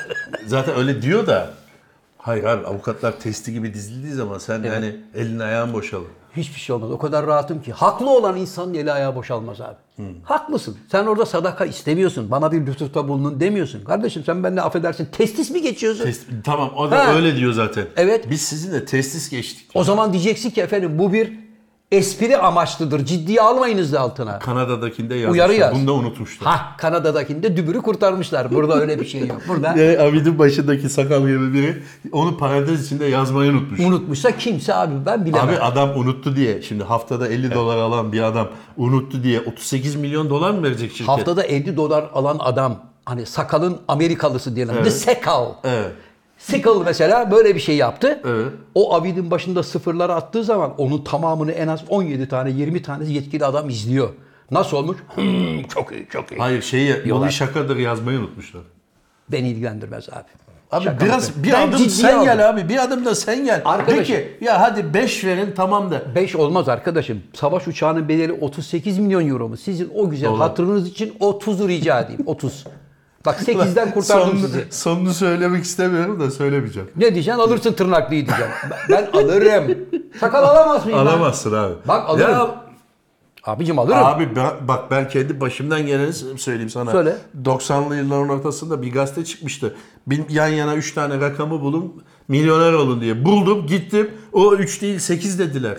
Zaten öyle diyor da hayır abi avukatlar testi gibi dizildiği zaman sen yani elin ayağın boşalır. Hiçbir şey olmaz. O kadar rahatım ki. Haklı olan insanın eli ayağı boşalmaz abi. Haklısın. Sen orada sadaka istemiyorsun. Bana bir lütufta bulunun demiyorsun. Kardeşim sen benimle affedersin. Testis mi geçiyorsun? Test- tamam o da Ha. öyle diyor zaten. Evet. Biz sizinle testis geçtik. O zaman diyeceksin ki efendim bu bir espri amaçlıdır. Ciddiye almayınız da altına. Kanada'dakinde yazmışlar. Uyarı yaz. Bunu da unutmuşlar. Ha Kanada'dakinde dübürü kurtarmışlar. Burada öyle bir şey yok. Burada Yani Avid'in başındaki sakal gibi biri onu parantez içinde yazmayı unutmuş. unutmuşsa kimse abi ben bilemem. Abi adam unuttu diye şimdi haftada elli dolar alan bir adam unuttu diye otuz sekiz milyon dolar mı verecek şirket? Haftada elli dolar alan adam hani sakalın Amerikalısı diyelim. The Sekal. Evet. Sekal mesela böyle bir şey yaptı. Evet. O Avid'in başında sıfırları attığı zaman onun tamamını en az on yedi tane yirmi tane yetkili adam izliyor. Nasıl olmuş? Hmm, çok iyi çok iyi. Hayır şeyi bu Diyorlar. bir şakadır yazmayı unutmuşlar. Beni ilgilendirmez abi. Abi Şaka biraz maka. bir Ben adım ciddiye sen aldım. gel abi. Bir adım da sen gel. Arkadaşım. Peki ya hadi beş verin tamam da. beş olmaz arkadaşım. Savaş uçağının bedeli otuz sekiz milyon euro mu? Sizin o güzel Dolar. hatırınız için otuzu rica edeyim. otuz. Bak sekizden kurtardım sonunu, sizi. sonunu söylemek istemiyorum da söylemeyeceğim. Ne diyeceksin? Alırsın tırnaklıyı diyeceğim. Ben, ben alırım. Sakal alamaz mıyım ben? Alamazsın abi. Bak alırım. Ya, Abicim alırım. abi ben- bak ben kendi başımdan geleni söyleyeyim sana. Söyle. doksanlı yılların ortasında bir gazete çıkmıştı. Bir, yan yana üç tane rakamı bulun milyoner olun diye. Buldum gittim o üç değil sekiz dediler.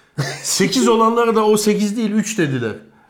sekiz olanlara da o sekiz değil üç dediler.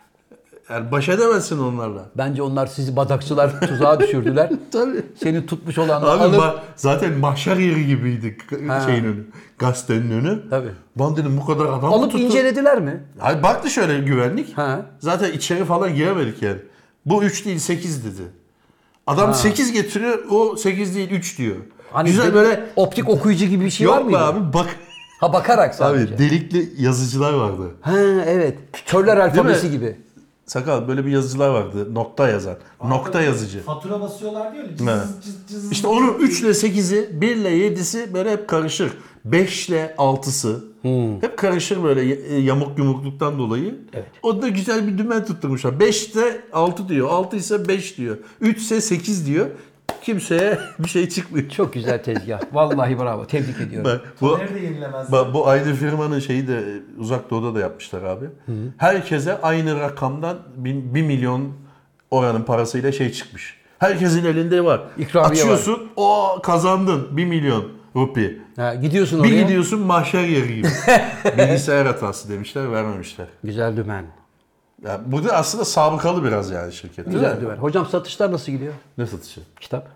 Yani baş edemezsin onlarla. Bence onlar sizi badakçılar tuzağa düşürdüler. Tabii. Seni tutmuş olanlar Abi alıp... ma- zaten mahşer yeri gibiydi k- şeyin önü. Gazetenin önü. Tabii. Ben dedim bu kadar adam mı Alıp tuttu? incelediler mi? Hayır baktı şöyle güvenlik. Ha. Zaten içeri falan giremedik yani. Bu üç değil sekiz dedi. Adam sekiz getiriyor o sekiz değil üç diyor. Hani Güzel de- böyle optik okuyucu gibi bir şey var yok mıydı? be abi bak. Ha bakarak sadece. Abi delikli yazıcılar vardı. Ha evet. Körler alfabesi gibi. Sakal böyle bir yazıcılar vardı. Nokta yazan. Nokta yazıcı. Fatura basıyorlar diyor ya. Cız, Evet. cız, cız, İşte onun üç ile sekizi, bir ile yedisi böyle hep karışır. beş ile altısı hep karışır böyle y- yamuk yumukluktan dolayı. Evet. O da güzel bir dümen tutturmuşlar. beşte altı diyor, altı ise beş diyor. üç ise sekiz diyor. Kimseye bir şey çıkmıyor. Çok güzel tezgah. Vallahi bravo. Tebrik ediyorum. Bak, bu, Nerede yenilemez? bak, bu aynı firmanın şeyi de Uzak Doğu'da da yapmışlar abi. Herkese aynı rakamdan bir milyon oranın parasıyla şey çıkmış. Herkesin elinde var. İkramiye Açıyorsun o kazandın bir milyon rupi. Ha, gidiyorsun Bir oraya. gidiyorsun mahşer yeri gibi. Bilgisayar hatası demişler vermemişler. Güzel dümen. Yani bu da aslında sabıkalı biraz yani şirket. değil Güzel mi? dümen. Hocam satışlar nasıl gidiyor? Ne satışı? Kitap.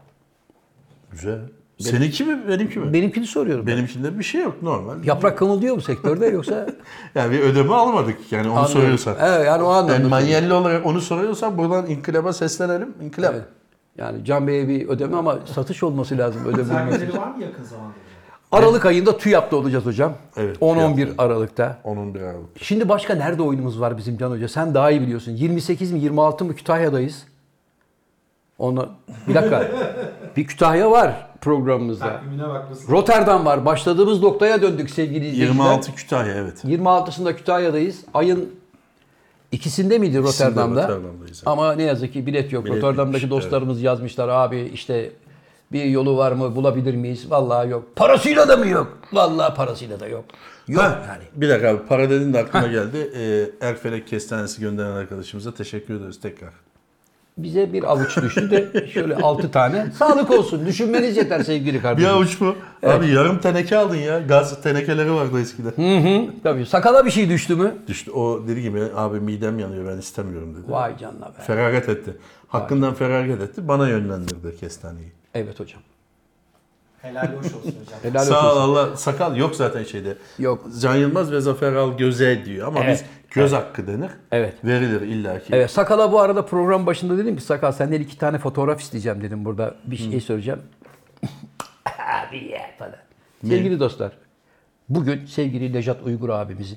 Güzel. Seninki mi benimki mi? Benimkini soruyorum. Benimkinde bir şey yok normal. Yaprak kımıldıyor mu sektörde yoksa? Yani bir ödeme almadık yani onu Anladım. soruyorsan. Evet yani o anlamda. Yani soruyorum. manyelli olarak onu soruyorsan buradan İnkılap'a seslenelim. İnkılap. Evet. Yani Can Bey'e bir ödeme ama satış olması lazım ödeme Güzel olması bedeli için. var mı yakın zamanda? Aralık ayında TÜYAP'ta olacağız hocam. Evet, on on bir TÜYAP'ta. Aralık'ta. Onun bir Aralık. Şimdi başka nerede oyunumuz var bizim Can Hoca? Sen daha iyi biliyorsun. yirmi sekiz mi yirmi altı mı Kütahya'dayız. Onu bir dakika. Bir Kütahya var programımızda. Takvimine bakmasın. Rotterdam var. Başladığımız noktaya döndük sevgili izleyiciler. yirmi altı Kütahya evet. yirmi altısında Kütahya'dayız. Ayın ikisinde miydi İkisinde Rotterdam'da? Rotterdam'dayız. Ama ne yazık ki bilet yok. Bilet Rotterdam'daki yokmuş, dostlarımız yazmışlar. Abi işte bir yolu var mı, bulabilir miyiz? Vallahi yok. Parasıyla da mı yok? Vallahi parasıyla da yok. Yok Ha, yani. Bir dakika abi, para dedin de aklıma geldi. Ee, Erfelek Kestanesi gönderen arkadaşımıza teşekkür ederiz tekrar. Bize bir avuç düştü de şöyle altı tane. Sağlık olsun. Düşünmeniz yeter sevgili Bir kardeşim. avuç mu? Abi yarım teneke aldın ya. Gaz tenekeleri vardı eskiden. Hı hı. Tabii. Sakala bir şey düştü mü? Düştü. O dedi ki abi midem yanıyor ben istemiyorum dedi. Vay canına be. Feragat etti. Hakkından feragat etti. Bana yönlendirdi kestaneyi. Evet hocam. Helal hoş olsun hocam. Helal Sağ ol olsun. Allah. Sakal yok zaten şeyde. Yok. Can Yılmaz ve Zafer Al göze diyor. Ama Evet. biz göz hakkı denir. Evet. Verilir illaki. Evet, Sakal'a bu arada program başında dedim ki Sakal senden iki tane fotoğraf isteyeceğim dedim burada bir şey söyleyeceğim. Abi ya falan. Sevgili dostlar, bugün sevgili Nejat Uygur abimizin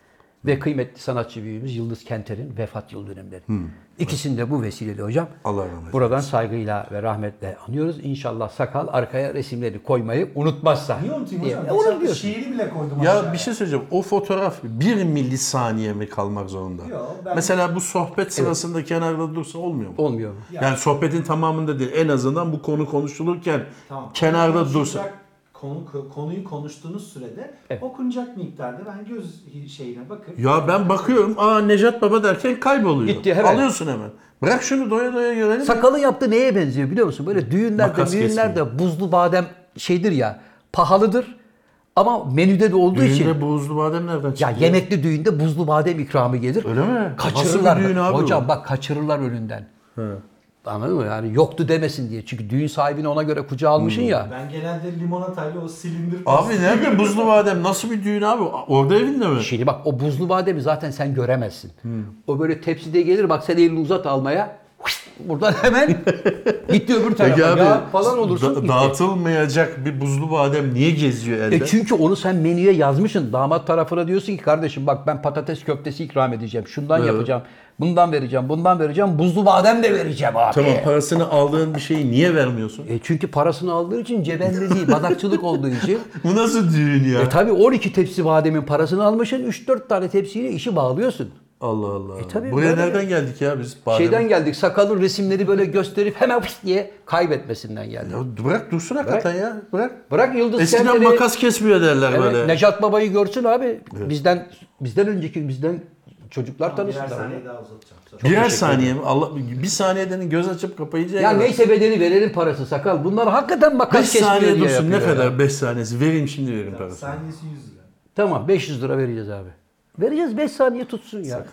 ve kıymetli sanatçı büyüğümüz Yıldız Kenter'in vefat yıl dönümleri. İkisini de bu vesileyle hocam Allah rahmet eylesin. buradan saygıyla ve rahmetle anıyoruz. İnşallah Sakal arkaya resimleri koymayı unutmazsa. Niye unutayım diye. hocam? Ya, Geçen hafta unutuyorsun. şiiri bile koydum Ya aşağıya. bir şey söyleyeceğim. O fotoğraf bir milisaniye mi kalmak zorunda? Yok, ben- Mesela bu sohbet sırasında kenarda dursa olmuyor mu? Olmuyor mu? Yani sohbetin tamamında değil. En azından bu konu konuşulurken Tamam. kenarda Konuşulacak dursa. Konu, konuyu konuştuğunuz sürede Evet. okunacak miktarda ben göz şeyine bakıp Ya ben bakıyorum aa Nejat Baba derken kayboluyor. Gitti, hemen. Alıyorsun hemen. Bırak şunu doya doya görelim. Sakalın yaptığı neye benziyor biliyor musun? Böyle düğünlerde, Makas düğünlerde buzlu badem şeydir ya, pahalıdır ama menüde de olduğu için. Düğünde buzlu badem nereden çıktı? Ya yemekli düğünde buzlu badem ikramı gelir. Öyle mi? Kaçırırlar. Nasıl bir düğün abi Hocam bu? bak kaçırırlar önünden. He. Anladın mı? Yani yoktu demesin diye. Çünkü düğün sahibini ona göre kucağa almışsın Hmm. ya. ben genelde limonatayla o silindir Abi nerede buzlu badem? Nasıl bir düğün abi? Orada evinde mi? Şimdi bak o buzlu bademi zaten sen göremezsin. Hmm. O böyle tepside gelir bak sen elini uzat almaya. Buradan hemen gitti öbür tarafa. Peki abi Ya falan olursun. da- gitti. dağıtılmayacak bir buzlu badem niye geziyor elde? E çünkü onu sen menüye yazmışsın. Damat tarafına diyorsun ki kardeşim bak ben patates köftesi ikram edeceğim. Şundan Evet. yapacağım. Bundan vereceğim. Bundan vereceğim. Buzlu badem de vereceğim abi. Tamam parasını aldığın bir şeyi niye vermiyorsun? E çünkü parasını aldığı için cebende değil. Badakçılık olduğu için. Bu nasıl düğün ya? E tabi on iki tepsi bademin parasını almışsın. üç dört tane tepsiyle işi bağlıyorsun. Allah Allah. E tabii Buraya böyle- nereden geldik ya biz? Badem. Şeyden geldik. Sakalın resimleri böyle gösterip hemen fıs diye kaybetmesinden geldik. Ya bırak dursun hakikaten ya. Bırak. Bırak Yıldız Eskiden Kenter'i- makas kesmiyor derler Evet, böyle. Necat Baba'yı görsün abi. Bizden bizden önceki bizden çocuklar birer tanıştılar. saniye daha uzatacağım. Sonra. Birer teşekkür saniye mi? Allah bir saniyedenin göz açıp kapayınca Ya neyse bedeli verelim parası Sakal. Bunlar hakikaten makas beş kesmiyor saniye diye dursun ne yapıyor kadar ya. beş saniyesi vereyim şimdi vereyim parasını. Saniyesi yüz lira. Tamam beş yüz lira vereceğiz abi. Vereceğiz beş saniye tutsun ya.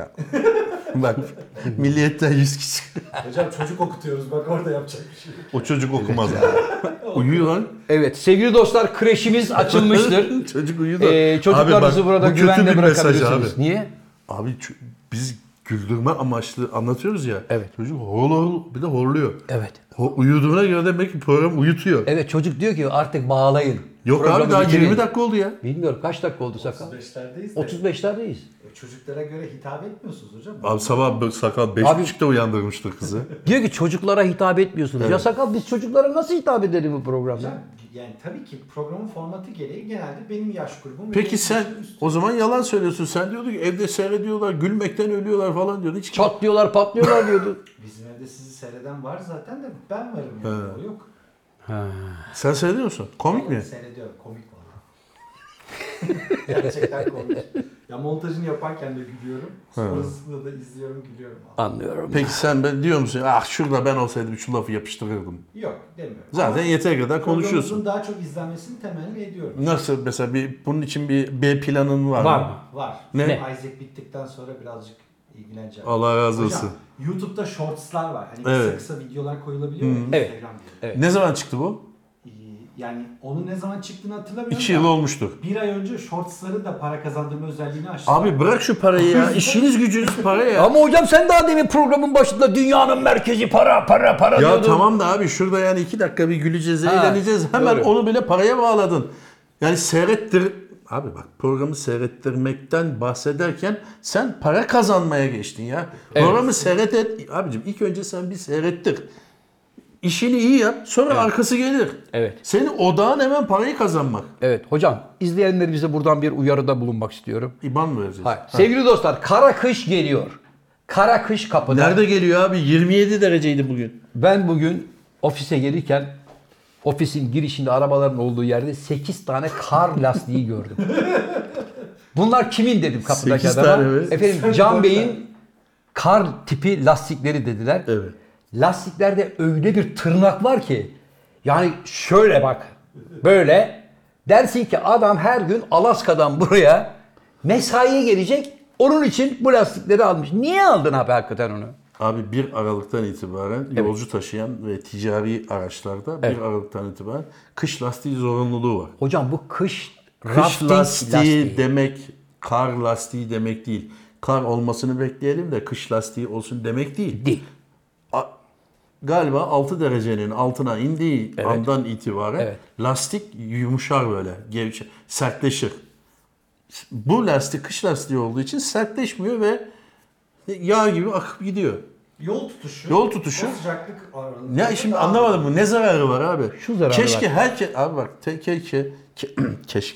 Bak milliyetten yüz kişi. Hocam çocuk okutuyoruz bak orada yapacak bir şey yok. O çocuk okumaz. Uyuyor lan. Evet sevgili dostlar kreşimiz açılmıştır. Çocuk uyudu. Ee, çocuklarınızı Abi bak, burada bu kötü güvenle bir mesaj bırakabilirsiniz. abi. Niye? Abi ç- biz güldürme amaçlı anlatıyoruz ya. Evet. Çocuk hol hol bir de horluyor. Evet. Ho- uyuduğuna göre demek ki program uyutuyor. Evet çocuk diyor ki artık bağlayın. Yok Programı abi daha bitirin. yirmi dakika oldu ya. Bilmiyorum kaç dakika oldu Sakal? otuz beşlerdeyiz de. otuz beşlerdeyiz. E, çocuklara göre hitap etmiyorsunuz hocam. Abi sabah b- sakal beş Abi- buçukta uyandırmıştır kızı. Diyor ki çocuklara hitap etmiyorsunuz. Ya Sakal biz çocuklara nasıl hitap edelim bu programda? Hocam yani tabii ki programın formatı gereği genelde benim yaş grubum. ve Peki benim sen yaşım üstü. o zaman yalan söylüyorsun. Sen diyordun ki evde seyrediyorlar, gülmekten ölüyorlar falan diyordun. Hiç Çatlıyorlar patlıyorlar diyordu. Bizim evde sizi seyreden var zaten de ben varım yani He. o yok. Sen seyrediyor musun? Komik mi? Seyrediyorum komik valla. Gerçekten komik. Ya montajını yaparken de gülüyorum. Sonrasında da izliyorum gülüyorum. Anlıyorum. Peki sen ben diyor musun? Ah şurada ben olsaydım şu lafı yapıştırırdım. Yok demiyorum. Zaten yeteri kadar konuşuyorsun. Programımızın daha çok izlenmesini temenni ediyorum. Nasıl mesela bir bunun için bir B planın var, Var mı? mı? Var. Ne? Isaac bittikten sonra birazcık ilgileneceğim. Allah razı Hocam, olsun. YouTube'da shortslar var. Hani Evet. kısa kısa videolar koyulabiliyor ya Evet. Instagram diye. Evet. Ne zaman çıktı bu? Ee, Yani onun ne zaman çıktığını hatırlamıyorum. İki da yıl olmuştur. Bir ay önce shortsları da para kazandırma özelliğini açtı. Abi bırak şu parayı ya. İşiniz gücünüz para ya. Ama hocam sen daha demin programın başında dünyanın merkezi para para para Ya diyordun. tamam da abi şurada yani iki dakika bir güleceğiz, Ha, eğleneceğiz. Hemen doğru. onu bile paraya bağladın. Yani seyrettir... Abi bak programı seyrettirmekten bahsederken sen para kazanmaya geçtin ya. Evet. Programı seyret et. Abicim ilk önce sen bir seyrettir. İşini iyi yap. Sonra arkası gelir. Evet. Senin odağın hemen parayı kazanmak. Evet hocam, izleyenlerimize buradan bir uyarıda bulunmak istiyorum. İban mı vereceğiz? Hayır. Sevgili dostlar, kara kış geliyor. Kara kış kapıda. Nerede geliyor abi? yirmi yedi dereceydi bugün. Ben bugün ofise gelirken ofisin girişinde arabaların olduğu yerde sekiz tane kar lastiği gördüm. Bunlar kimin dedim kapıdaki sekiz adama. tane mi? Efendim Can Bey'in kar tipi lastikleri dediler. Evet. Lastiklerde öyle bir tırnak var ki yani şöyle bak böyle dersin ki adam her gün Alaska'dan buraya mesaiye gelecek. Onun için bu lastikleri almış. Niye aldın abi hakikaten onu? Abi bir Aralık'tan itibaren yolcu taşıyan ve ticari araçlarda Evet. bir Aralık'tan itibaren kış lastiği zorunluluğu var. Hocam bu kış Kış rafting lastiği, lastiği. demek kar lastiği demek değil. Kar olmasını bekleyelim de kış lastiği olsun demek değil. Değil. A- Galiba altı derecenin altına indiği Evet. andan itibaren Evet. lastik yumuşar böyle, gevşer, sertleşir. Bu lastik kış lastiği olduğu için sertleşmiyor ve yağ gibi akıp gidiyor. Yol tutuşu. Yol tutuşu. O sıcaklık aralığında. Ya şimdi anlamadım mı? Ne zararı var abi? Şu zararı keşke var. herkes abi bak te- keşke ke- keşke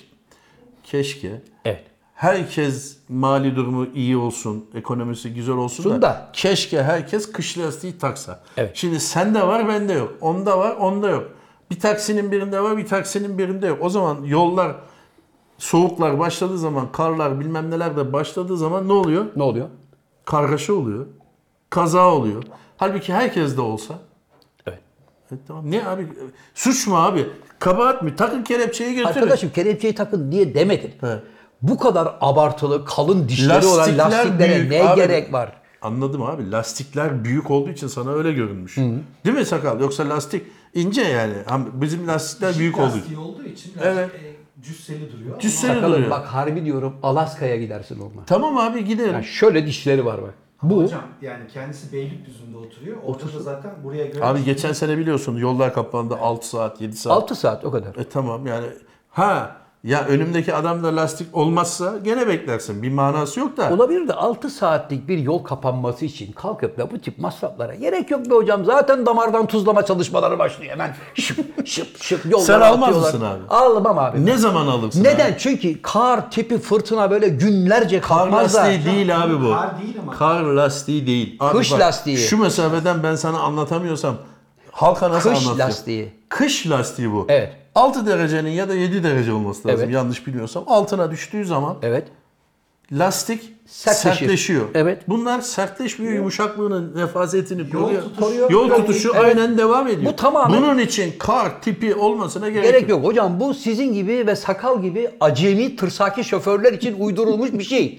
keşke Evet. herkes mali durumu iyi olsun, ekonomisi güzel olsun Şunu da, da- keşke herkes kış lastiği taksa. Evet. Şimdi sende var, bende yok. Onda var, onda yok. Bir taksinin birinde var, bir taksinin birinde yok. O zaman yollar soğuklar başladığı zaman, karlar bilmem neler de başladığı zaman ne oluyor? Ne oluyor? Kargaşa oluyor. Kaza oluyor. Halbuki herkes de olsa. Evet. Evet, tamam. Ne abi? Suç mu abi? Kabahat mi? Takın kelepçeyi götürün. Arkadaşım kelepçeyi takın diye demedim. He. Bu kadar abartılı, kalın dişleri olan Lastikler lastiklere büyük ne abi. gerek var? Anladım abi. Lastikler büyük olduğu için sana öyle görünmüş. Değil mi sakal? Yoksa lastik ince yani. Ama bizim lastikler büyük olduğu için. lastiği olduğu için Evet. evet. e, cüsseli duruyor. Cüsseli Ama Sakalım duruyor. bak harbi diyorum Alaska'ya gidersin onunla. Tamam abi gidelim. Yani şöyle dişleri var bak. Bu hocam yani kendisi Beylikdüzü'nde oturuyor. Orada da zaten buraya göre... Abi geçen sene biliyorsun yollar kapandı altı saat yedi saat. altı saat o kadar. E tamam yani. Ha ya önümdeki adamda lastik olmazsa gene beklersin. Bir manası yok da. Olabilir de altı saatlik bir yol kapanması için kalkıp da bu tip masraflara gerek yok be hocam. Zaten damardan tuzlama çalışmaları başlıyor hemen. Şıp şıp şıp yollara Sen almaz atıyorlar. mısın abi? Almam abi. Ne zaman alırsın Neden? abi? Çünkü kar tipi fırtına böyle günlerce Kar kalkmaz da. lastiği değil abi bu. Kar değil ama. Kar lastiği değil. Abi Kış bak, lastiği. Şu mesafeden ben sana anlatamıyorsam halka nasıl Kış anlatacağım? lastiği. Kış lastiği bu. Evet. altı derecenin ya da yedi derece olması lazım Evet. yanlış bilmiyorsam. Altına düştüğü zaman Evet. lastik Sertleşir. sertleşiyor. Evet. Bunlar sertleşmiyor, yumuşaklığını, nefasetini koruyor. tutuşu- Yol Koruyor. tutuşu Evet. aynen devam ediyor. Bu tamamen- Bunun için kar tipi olmasına gerek, Gerek yok hocam, bu sizin gibi ve sakal gibi acemi tırsaki şoförler için uydurulmuş bir şey.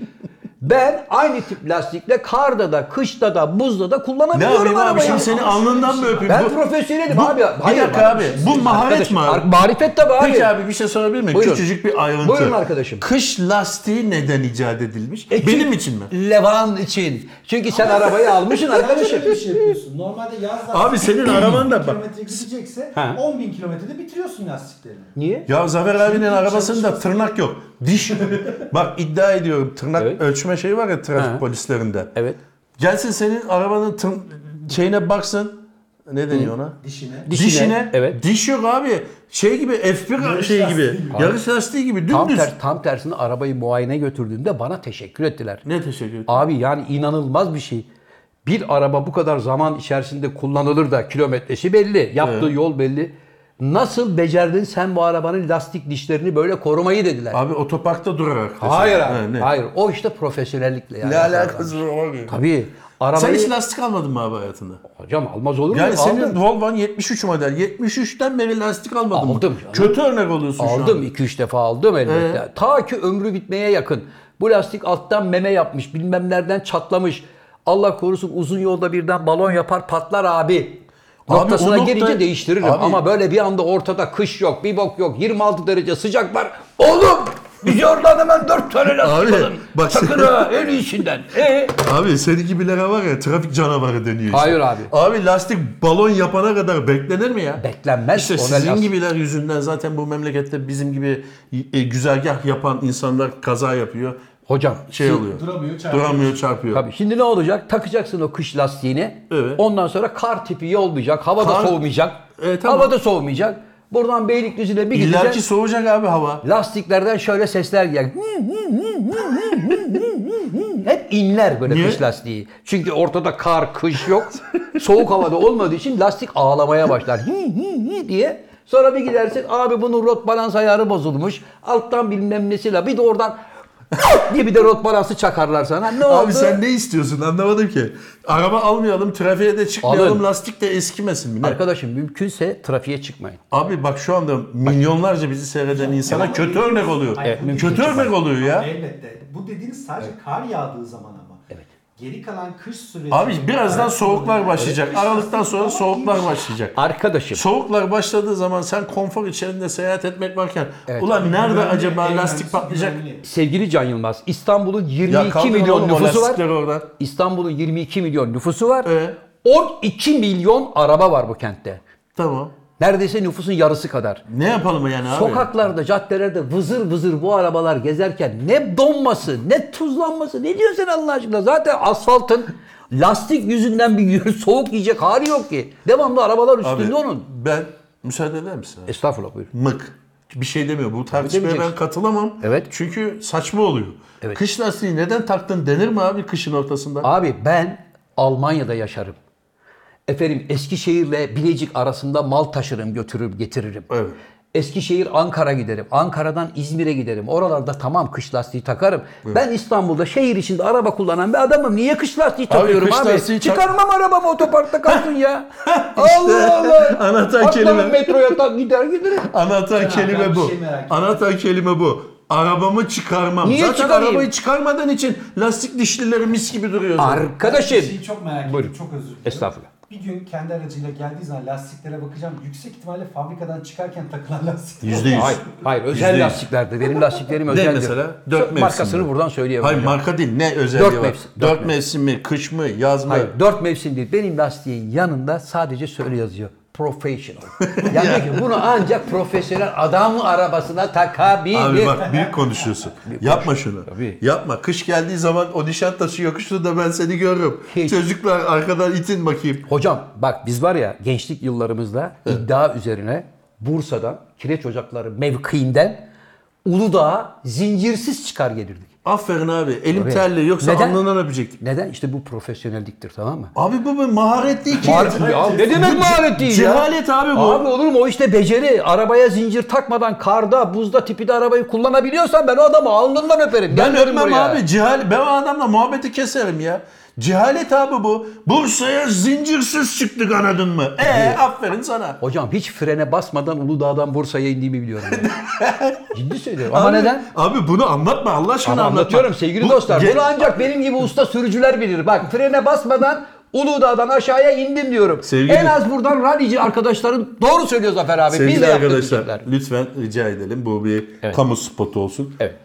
Ben aynı tip lastikle karda da, kışta da, buzda da Ne kullanabiliyorum yapayım abi arabayı. şimdi seni alnından mı öpeyim? Ben Bu- profesyonelim bu- abi. Bir Hayır, dakika bak- abi. Bu maharet Arkadaşım, mi abi? ar- Marifet tabii abi. Peki abi bir şey sorabilir miyim? Buyurun. Küçücük bir ayrıntı. Buyurun arkadaşım. Kış lastiği neden icat edilmiş? E, Benim çünkü- için mi? Levan için. Çünkü sen arabayı almışsın Sen arkadaşım. şöyle bir şey yapıyorsun. Normalde yaz lastik Abi senin araban da bak. kilometre gidecekse Ha. on bin kilometrede bitiriyorsun lastiklerini. Niye? Ya Zafer abinin Çünkü arabasında çalışması- tırnak yok. Diş. Bak iddia ediyorum tırnak Evet. ölçme şeyi var ya trafik Ha. polislerinde. Evet. Gelsin senin arabanın tır, şeyine baksın. Ne deniyor ona? Dişine. Dişine, Dişine. evet. Diş yok abi. Şey gibi F bir Yarış şey lastiği gibi. gibi. Yarış lastiği gibi Tam, dümdüz. ter, tam tersine arabayı muayene götürdüğümde bana teşekkür ettiler. Ne teşekkür ederim. Abi yani inanılmaz bir şey. Bir araba bu kadar zaman içerisinde kullanılır da kilometresi belli, yaptığı Evet. yol belli. Nasıl becerdin sen bu arabanın lastik dişlerini böyle korumayı dediler. Abi otoparkta durarak. hayır Ha, abi. ne? Hayır. O işte profesyonellikle yani. Ne alakası var abi? Tabii. Sen Arabayı... hiç lastik almadın mı abi hayatında? Hocam almaz olur mu? Yani senin Aldım. Volvo'n yetmiş üç model. yetmiş üçten beri lastik almadın mı? Aldım canım. Kötü örnek oluyorsun şu an. Aldım. iki üç defa aldım elbette. Ee? Ta ki ömrü bitmeye yakın. Bu lastik alttan meme yapmış. Bilmem nereden çatlamış. Allah korusun uzun yolda birden balon yapar patlar abi. Abi Noktasına o nokta- gelince değiştiririm. Abi- Ama böyle bir anda ortada kış yok, bir bok yok, yirmi altı derece sıcak var. Oğlum Bizi oradan hemen dört tane lastik Abi, alın. bak Sakın sen- ha en iyisinden. E? Abi senin gibilere var ya trafik canavarı deniyor işte. Hayır abi. Abi lastik balon yapana kadar beklenir mi ya? Beklenmez. İşte Ona sizin lastik- gibiler yüzünden zaten bu memlekette bizim gibi e, güzergah yapan insanlar kaza yapıyor. Hocam Şey siz- oluyor. Duramıyor, çarpıyor. Duramıyor, çarpıyor. Tabii. Şimdi ne olacak? Takacaksın o kış lastiğini. Evet. Ondan sonra kar tipi iyi olmayacak. Havada Kar- soğumayacak. E, tamam. Havada soğumayacak. Buradan Beylikdüzü'ne bir İlla ki gideceksin. soğuyacak abi hava. Lastiklerden şöyle sesler gelir. Hep inler böyle Niye? kış lastiği. Çünkü ortada kar, kış yok. Soğuk havada olmadığı için lastik ağlamaya başlar. diye. Sonra bir gidersin abi bunun rot balans ayarı bozulmuş. Alttan bilmem nesiyle bir de oradan diye bir de rot balansı çakarlar sana. Ne oldu? Abi sen ne istiyorsun anlamadım ki. Araba almayalım, trafiğe de çıkmayalım, Alın. lastik de eskimesin mi? Ne? Arkadaşım mümkünse trafiğe çıkmayın. Abi bak şu anda milyonlarca bizi seyreden insana Ama kötü dediğiniz- örnek oluyor. Hayır, bu Kötü dediğiniz- örnek oluyor ya. Elbette. Bu dediğiniz sadece kar yağdığı zaman ama. Evet. Geri kalan kış süreci. Abi birazdan soğuklar başlayacak. Evet. Aralıktan sonra Ama soğuklar iyi bir şey. başlayacak. Arkadaşım Soğuklar başladığı zaman sen konfor içerisinde seyahat etmek varken Evet. ulan nerede Güvenli, acaba en lastik önemlisi patlayacak? güvenli. sevgili Can Yılmaz, İstanbul'un Ya yirmi iki kaldırın milyon oğlum o nüfusu var. lastikleri oradan. İstanbul'un yirmi iki milyon nüfusu var. Ee? on iki milyon araba var bu kentte. Tamam. Neredeyse nüfusun yarısı kadar. Ne yapalım yani abi? Sokaklarda, caddelerde vızır vızır bu arabalar gezerken ne donması, ne tuzlanması, ne diyorsun sen Allah aşkına? Zaten asfaltın lastik yüzünden bir soğuk yiyecek hali yok ki. Devamlı arabalar üstünde Abi, onun. ben müsaade eder misin abi? Estağfurullah buyurun. Mık. Bir şey demiyor. Bu tartışmaya ben demeyeceksin. katılamam. Evet. Çünkü saçma oluyor. Evet. Kış lastiği neden taktın denir mi abi kışın ortasında? Abi ben Almanya'da yaşarım. Efendim Eskişehir'le Bilecik arasında mal taşırım, götürürüm, getiririm. Evet. Eskişehir, Ankara giderim. Ankara'dan İzmir'e giderim. Oralarda tamam kış lastiği takarım. Ben İstanbul'da şehir içinde araba kullanan bir adamım. Niye kış lastiği takıyorum kış abi? lastiği tak- Çıkarmam arabamı otoparkta kalsın ya. Allah Allah. anahtar Atlarım kelime. metroya tak gider giderim. Anahtar ben kelime bir bu. şey merak ettim. Anahtar kelime bu. Arabamı çıkarmam. Niye Zaten çıkarayım? arabayı çıkarmadığın için lastik dişlileri mis gibi duruyor zaten. Arkadaşım. Bir şeyi çok merak Buyurun. ettim. Çok özür dilerim. Estağfurullah. Bir gün kendi aracıyla geldiği zaman lastiklere bakacağım. Yüksek ihtimalle fabrikadan çıkarken takılan lastikler. Yüzde yüz. Hayır, hayır Yüzde özel yüz. lastiklerdir. Benim lastiklerim Ne özeldir. mesela? Dört mevsim Markasını mi? buradan söyleyemem. Hayır hocam. marka değil. Ne özelliği Dört var? mevsim, Dört, dört mevsim mi? Kış mı? Yaz mı? Hayır, dört mevsim değil. Benim lastiğin yanında sadece şöyle yazıyor. Professional. Yani diyor ki bunu ancak profesyonel adam arabasına takabilir. Abi bak büyük konuşuyorsun. Yapma şunu. Tabii. Yapma. Kış geldiği zaman o Nişantaşı yokuşunda ben seni görürüm. Hiç. Çocuklar arkadan itin bakayım. Hocam bak biz var ya gençlik yıllarımızda iddia üzerine Bursa'dan Kireç Ocakları mevkiinden Uludağ'a zincirsiz çıkar gelirdik. Aferin abi. Elim Tabii. terli yoksa Neden? alnından öpecektik. Neden? İşte bu profesyonelliktir tamam mı? Abi bu bir maharet değil ki. Maharet- ya ne demek maharet değil ya? Cehalet abi bu. Abi olur mu? O işte beceri. Arabaya zincir takmadan karda, buzda tipi de arabayı kullanabiliyorsan ben o adamı alnından öperim. Ben Gel öpmem buraya. abi. Cehal ben o adamla muhabbeti keserim ya. Cehalet abi bu. Bursa'ya zincirsiz çıktık anladın mı? Ee aferin sana. Hocam hiç frene basmadan Uludağ'dan Bursa'ya indiğimi biliyorum. Yani. Ciddi söylüyorum. Ama Abi- neden? Abi bunu anlatma Allah aşkına Ama anlatma. anlatıyorum sevgili Bu dostlar. ge- Bunu ancak benim gibi usta sürücüler bilir. Bak frene basmadan Uludağ'dan aşağıya indim diyorum. Sevgili- En az buradan rallici arkadaşların doğru söylüyor Zafer abi. Biz Sevgili de yaptık arkadaşlar bizimkiler. lütfen rica edelim. Bu bir Evet. kamu spotu olsun. Evet.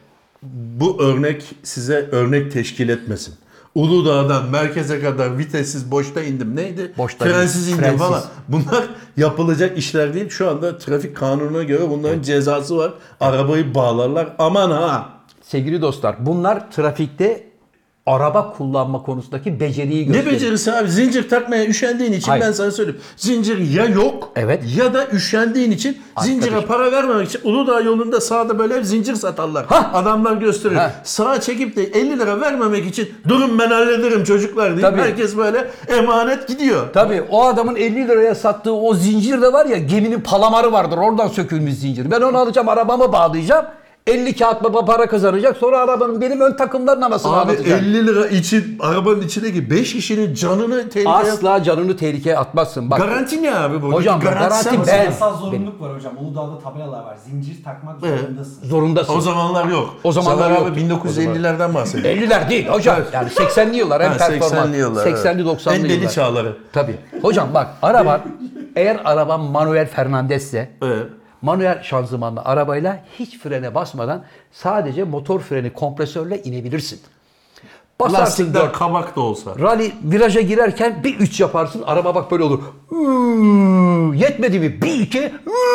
Bu örnek size örnek teşkil etmesin. Uludağ'dan merkeze kadar vitessiz boşta indim. Neydi? Boşta Frensiz indim. indim Frensiz. falan. Bunlar yapılacak işler değil. Şu anda trafik kanununa göre bunların cezası var. Arabayı bağlarlar. Aman ha. Sevgili dostlar bunlar trafikte araba kullanma konusundaki beceriyi Ne gösteriyor. becerisi abi? Zincir takmaya üşendiğin için Hayır. ben sana söyleyeyim. Zincir ya yok Evet. ya da üşendiğin için zincire Arkadaşım. para vermemek için Uludağ yolunda sağda böyle zincir satarlar. Hah. Adamlar gösteriyor. Hah. Sağa çekip de elli lira vermemek için durun ben hallederim çocuklar deyip Tabii. herkes böyle emanet gidiyor. Tabii o adamın elli liraya sattığı o zincir de var ya geminin palamarı vardır. Oradan sökülmüş zincir. Ben onu alacağım arabama bağlayacağım. elli kağıt baba para kazanacak. Sonra arabanın benim ön takımların anasını Abi anlatacak. elli lira için arabanın içindeki beş kişinin canını tehlikeye... Asla canını tehlikeye atmazsın. Bak Garanti ne abi bu? Hocam, Garanti sen garanti misin? ben- Yasal zorunluluk var hocam. Uludağ'da tabelalar var. Zincir takmak Evet. zorundasın. zorundasın. O zamanlar yok. O zamanlar Sen abi yoktu. bin dokuz yüz ellilerden bahsediyor. elliler değil hocam. Yani seksenli yıllar en Ha, performans. seksenli yıllar. seksenli doksanlı En yıllar. deli çağları. Tabii. Hocam bak araban eğer araban Manuel Fernandez'se Evet. manuel şanzımanlı arabayla hiç frene basmadan sadece motor freni kompresörle inebilirsin. Basarsın Lastikler dört. kabak da olsa. Rally viraja girerken bir üç yaparsın. Araba bak böyle olur. Hmm, yetmedi mi? Bir iki.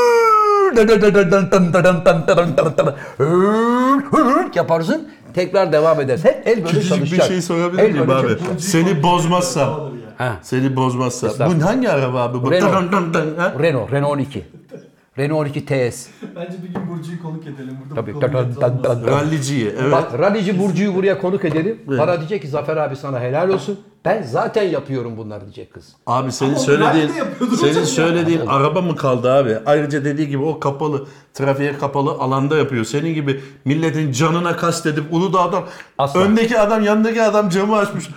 Yaparsın. Tekrar devam edersin. Hep el böyle Küçücük çalışacak. bir şey sorabilir El miyim böyle abi? çalışacak. Seni bozmazsam. Ha. Seni bozmazsa. Estağfurullah. Bu hangi araba abi? Bu Renault. Dın dın dın, ha? Renault, Renault on iki. Renault on iki T S. Bence bir gün Burcu'yu konuk edelim. Burada Tabii. bu konu net olmaz. Ralliciyi. Evet. Bak rallici Burcu'yu buraya konuk edelim. Bana diyecek ki Zafer abi sana helal olsun. Ben zaten yapıyorum bunları diyecek kız. Abi senin Ama söylediğin rally de yapıyordun senin hocam ya. söylediğin araba mı kaldı abi? Ayrıca dediği gibi o kapalı, trafiğe kapalı alanda yapıyor. Senin gibi milletin canına kastedip Uludağ'dan Asla. öndeki adam, yanındaki adam camı açmış.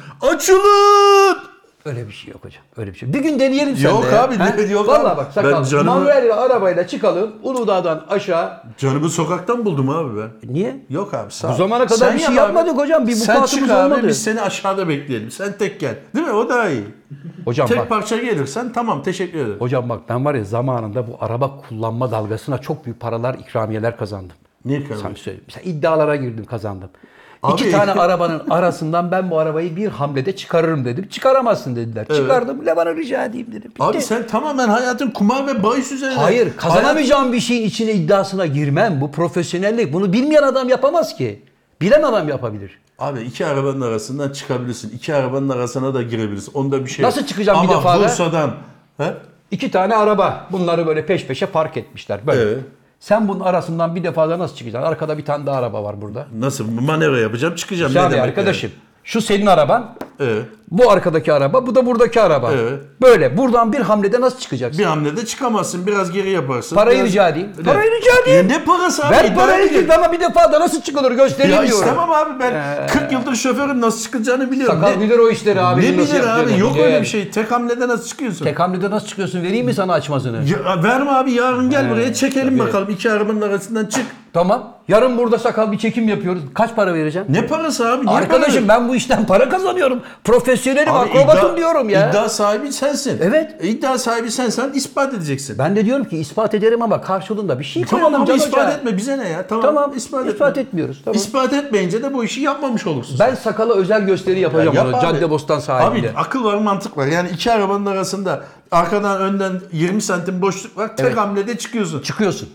Açılın! Öyle bir şey yok hocam. Öyle bir şey. Bir gün deneyelim sen Yok de ya. abi, Ha? ne- yok Vallahi abi. bak sakal. Ben canımı- Manuel arabayla çıkalım. Uludağ'dan aşağı. Canımı sokaktan buldum abi ben. Niye? Yok abi sağ ol. Bu zamana kadar Sen bir şey yap yapmadık hocam. Bir Sen vukuatımız çık abi, olmadı. biz seni aşağıda bekleyelim. Sen tek gel. Değil mi? O daha iyi. Hocam Tek bak. parça gelirsen tamam, teşekkür ederim. Hocam bak ben var ya zamanında bu araba kullanma dalgasına çok büyük paralar, ikramiyeler kazandım. Ne kadar? Sana söyleyeyim. Mesela iddialara girdim, kazandım. Abi- İki tane arabanın arasından ben bu arabayı bir hamlede çıkarırım dedim. Çıkaramazsın dediler. Çıkardım. Levan'a rica edeyim dedim. Bitti. Abi sen tamamen hayatın kumar ve bahis üzerine. Hayır, kazanamayacağım bir şeyin içine iddiasına girmem. Bu profesyonellik. Bunu bilmeyen adam yapamaz ki. Bilen adam yapabilir. Abi iki arabanın arasından çıkabilirsin. İki arabanın arasına da girebilirsin. Onda bir şey Nasıl yok. çıkacağım bir Ama defada? Bursa'dan. He? İki tane araba. Bunları böyle peş peşe park etmişler. Böyle. Evet. Sen bunun arasından bir defada nasıl çıkacaksın? Arkada bir tane daha araba var burada. Nasıl manevra yapacağım, çıkacağım. Güzel Ne bir demek arkadaşım. Şu senin araban. yani? Evet. Bu arkadaki araba. Bu da buradaki araba. Evet. Böyle. Buradan bir hamlede nasıl çıkacaksın? Bir hamlede çıkamazsın. Biraz geri yaparsın. Parayı Biraz- rica edeyim. Ne? Parayı rica edeyim. Ya ne parası abi? Ver İddia parayı edeyim. git ama bir defada nasıl çıkılır göstereyim Ya diyorum. istemem abi, ben kırk yıldır şoförüm, nasıl çıkacağını biliyorum. Sakal Ne- bilir o işleri abi. Ne nasıl bilir abi? yapacağını. Yok Bilir. öyle bir şey. Tek hamlede nasıl çıkıyorsun? Tek hamlede nasıl çıkıyorsun? Vereyim mi sana açmasını? Ya, verme abi, yarın gel buraya çekelim tabii. bakalım. İki arabanın arasından çık. Tamam. Yarın burada sakal bir çekim yapıyoruz. Kaç para vereceğim? Ne parası abi? Niye Arkadaşım para? ben bu işten para kazanıyorum. Profesyonelim, Abi akrobatım iddia- diyorum ya. İddia sahibi sensin. Evet. E, İddia sahibi sensen ispat edeceksin. Ben de diyorum ki ispat ederim ama karşılığında bir şey Tamam koyalım abi, Can ispat Hoca. etme, bize ne ya? Tamam, Tamam. ispat, ispat etme. etmiyoruz. Tamam. İspat etmeyince de bu işi yapmamış olursun. Ben sakala özel gösteri yapacağım Yap onu. abi. Caddebostan sahilde. Abi akıl var, mantık var. Yani iki arabanın arasında arkadan önden yirmi santim boşluk var. Tek Evet. hamlede çıkıyorsun. Çıkıyorsun.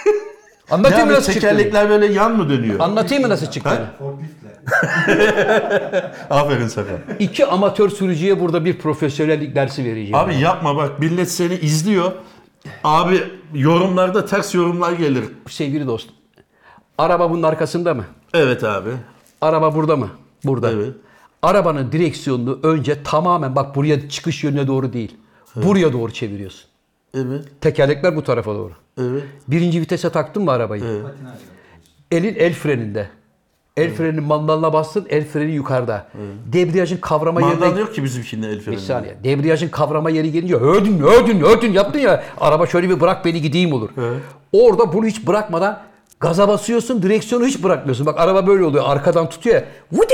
Ne Anlatayım mı abi, nasıl çıktığını? tekerlekler böyle yan mı dönüyor? Anlatayım mı nasıl çıktığını? Forkliftle. Aferin sana. İki amatör sürücüye burada bir profesyonellik dersi vereceğim. Abi yapma bak, millet seni izliyor. Abi yorumlarda ters yorumlar gelir. Sevgili dostum. Araba bunun arkasında mı? Evet abi. Araba burada mı? Burada. Evet. Arabanın direksiyonunu önce tamamen bak buraya çıkış yönüne doğru değil. Buraya doğru çeviriyorsun. Evet. Tekerlekler bu tarafa doğru. Evet. Birinci vitese taktın mı arabayı? Patinaj. Elin el freninde. El freninin mandalına bastın, el freni yukarıda. Debriyajın kavrama Mandal yerine... yok ki bizimkinde el freni. Bir saniye. Debriyajın kavrama yeri gelince ödün, ödün, ödün yaptın ya. Araba şöyle bir bırak beni gideyim olur. Orada bunu hiç bırakmadan gaza basıyorsun, direksiyonu hiç bırakmıyorsun. Bak araba böyle oluyor. Arkadan tutuyor ya.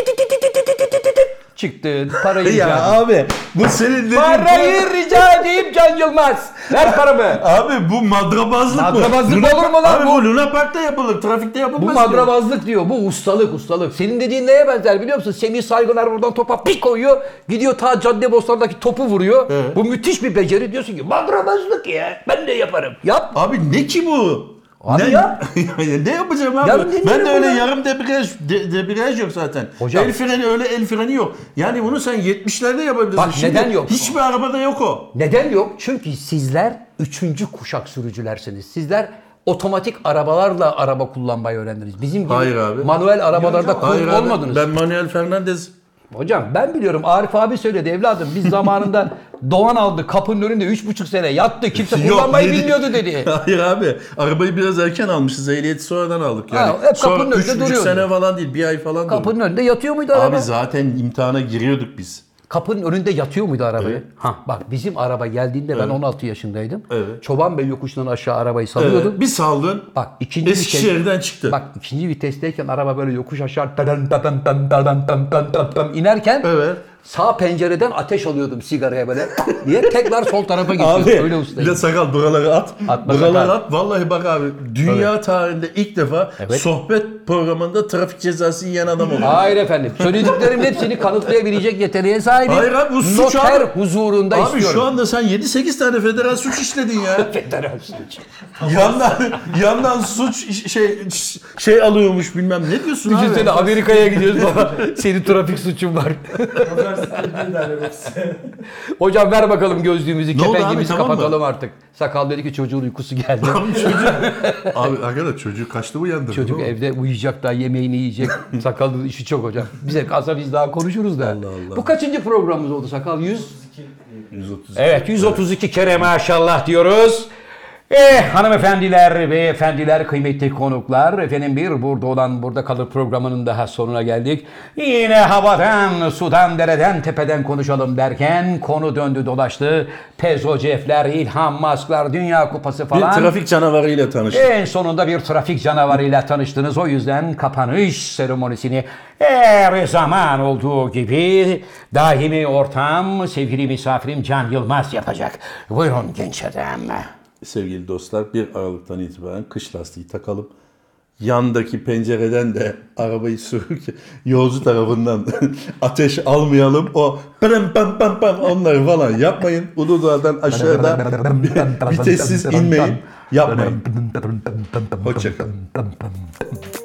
Çıktın. Parayı rica Ya edeyim. abi bu senin dediğin... Parayı rica edeyim Can Yılmaz. Ver paramı. Abi bu madrabazlık mı? Madrabazlık Luna- olur mu lan Abi bu? bu Luna Park'ta yapılır, trafikte yapılmaz. Bu ki. madrabazlık diyor. Bu ustalık ustalık. Senin dediğin neye benzer biliyor musun? Semih Saygıner buradan topa bir koyuyor. Gidiyor ta Caddebostan'daki topu vuruyor. Evet. Bu müthiş bir beceri. Diyorsun ki madrabazlık ya. Ben de yaparım. Yap. Abi ne ki bu? Abi ne, yap. ne yapacağım abi? Yarın dinlerim Ben de öyle bunu. yarım debriyaj, de, debriyaj yok zaten. Hocam. El freni öyle el freni yok. Yani bunu sen yetmişlerde yapabilirsin. Bak, Şimdi neden yok? Hiçbir arabada yok o. Neden yok? Çünkü sizler üçüncü kuşak sürücülersiniz. Sizler otomatik arabalarla araba kullanmayı öğrendiniz. Bizim gibi Hayır abi. manuel arabalarda Hayır cool abi, olmadınız. ben Manuel Fernandez. Hocam ben biliyorum. Arif abi söyledi evladım. Biz zamanında Doğan aldı kapının önünde üç buçuk sene yattı. Kimse Yok, kullanmayı dedi- bilmiyordu dedi. Hayır abi. Arabayı biraz erken almışız. Ehliyeti sonradan aldık yani. Ha, hep Sonra kapının üç önünde buçuk duruyordu. sene falan değil. Bir ay falan Kapının durduk. önünde yatıyor muydu araba? Abi zaten imtihana giriyorduk biz. Kapının önünde yatıyor muydu arabayı? Evet. Ha bak bizim araba geldiğinde ben on altı yaşındaydım. Evet. Çoban Bey yokuşundan aşağı arabayı salıyordum. Evet, bir saldın. Bak ikinci Eskişehir'den çıktı. Bak ikinci vitesteyken araba böyle yokuş aşağı tadan tadan tadan tadan tadan tadan tadan inerken Evet. sağ pencereden ateş alıyordum sigaraya böyle diye tekrar sol tarafa geçiyordum. Abi Öyle bir de ustayım. sakal buraları at. Atma buraları sakal. at. Vallahi bak abi dünya tarihinde ilk defa Evet. sohbet programında trafik cezası yiyen adam oldu. Hayır efendim. Söylediklerimin hepsini kanıtlayabilecek yeteneğe sahibim. Hayır abi, bu suç Noter abi. huzurunda Abi istiyorum. şu anda sen yedi sekiz tane federal suç işledin ya. Federal suç. yandan yandan suç şey şey alıyormuş bilmem ne diyorsun abi. Düşünsene Amerika'ya gidiyoruz baba. Senin trafik suçun var. Pazar sitesinde derler ofise. Hocam ver bakalım gözlüğümüzü, Ne oldu kepenkimizi abi, tamam mı? kapatalım artık. Sakal dedi ki çocuğun uykusu geldi. Abi çocuk abi arkadaş çocuğu kaçta uyandırdı? Çocuk değil mi? evde uyuyacak, daha yemeğini yiyecek. Sakalın işi çok hocam. Bize kalsa biz daha konuşuruz da. Allah Allah. Bu kaçıncı programımız oldu Sakal? yüz? yüz otuz. Evet, yüz otuz iki kere maşallah diyoruz. Eh hanımefendiler, beyefendiler, kıymetli konuklar, efendim bir Burada Olan Burada Kalır programının daha sonuna geldik. Yine havadan, sudan, dereden, tepeden konuşalım derken konu döndü dolaştı. Pezocefler, İlhan Musk'lar, Dünya Kupası Bir falan. trafik canavarıyla tanıştık. En sonunda bir trafik canavarıyla tanıştınız. O yüzden kapanış seremonisini her zaman olduğu gibi daimi ortam sevgili misafirim Can Yılmaz yapacak. Buyurun genç adam. Sevgili dostlar bir Aralık'tan itibaren kış lastiği takalım. Yandaki pencereden de arabayı sürürken yolcu tarafından ateş almayalım. O pam pam pam pam onları falan yapmayın. Uludağ'dan aşağıda vitessiz inmeyin. Yapmayın. Hoşçakalın.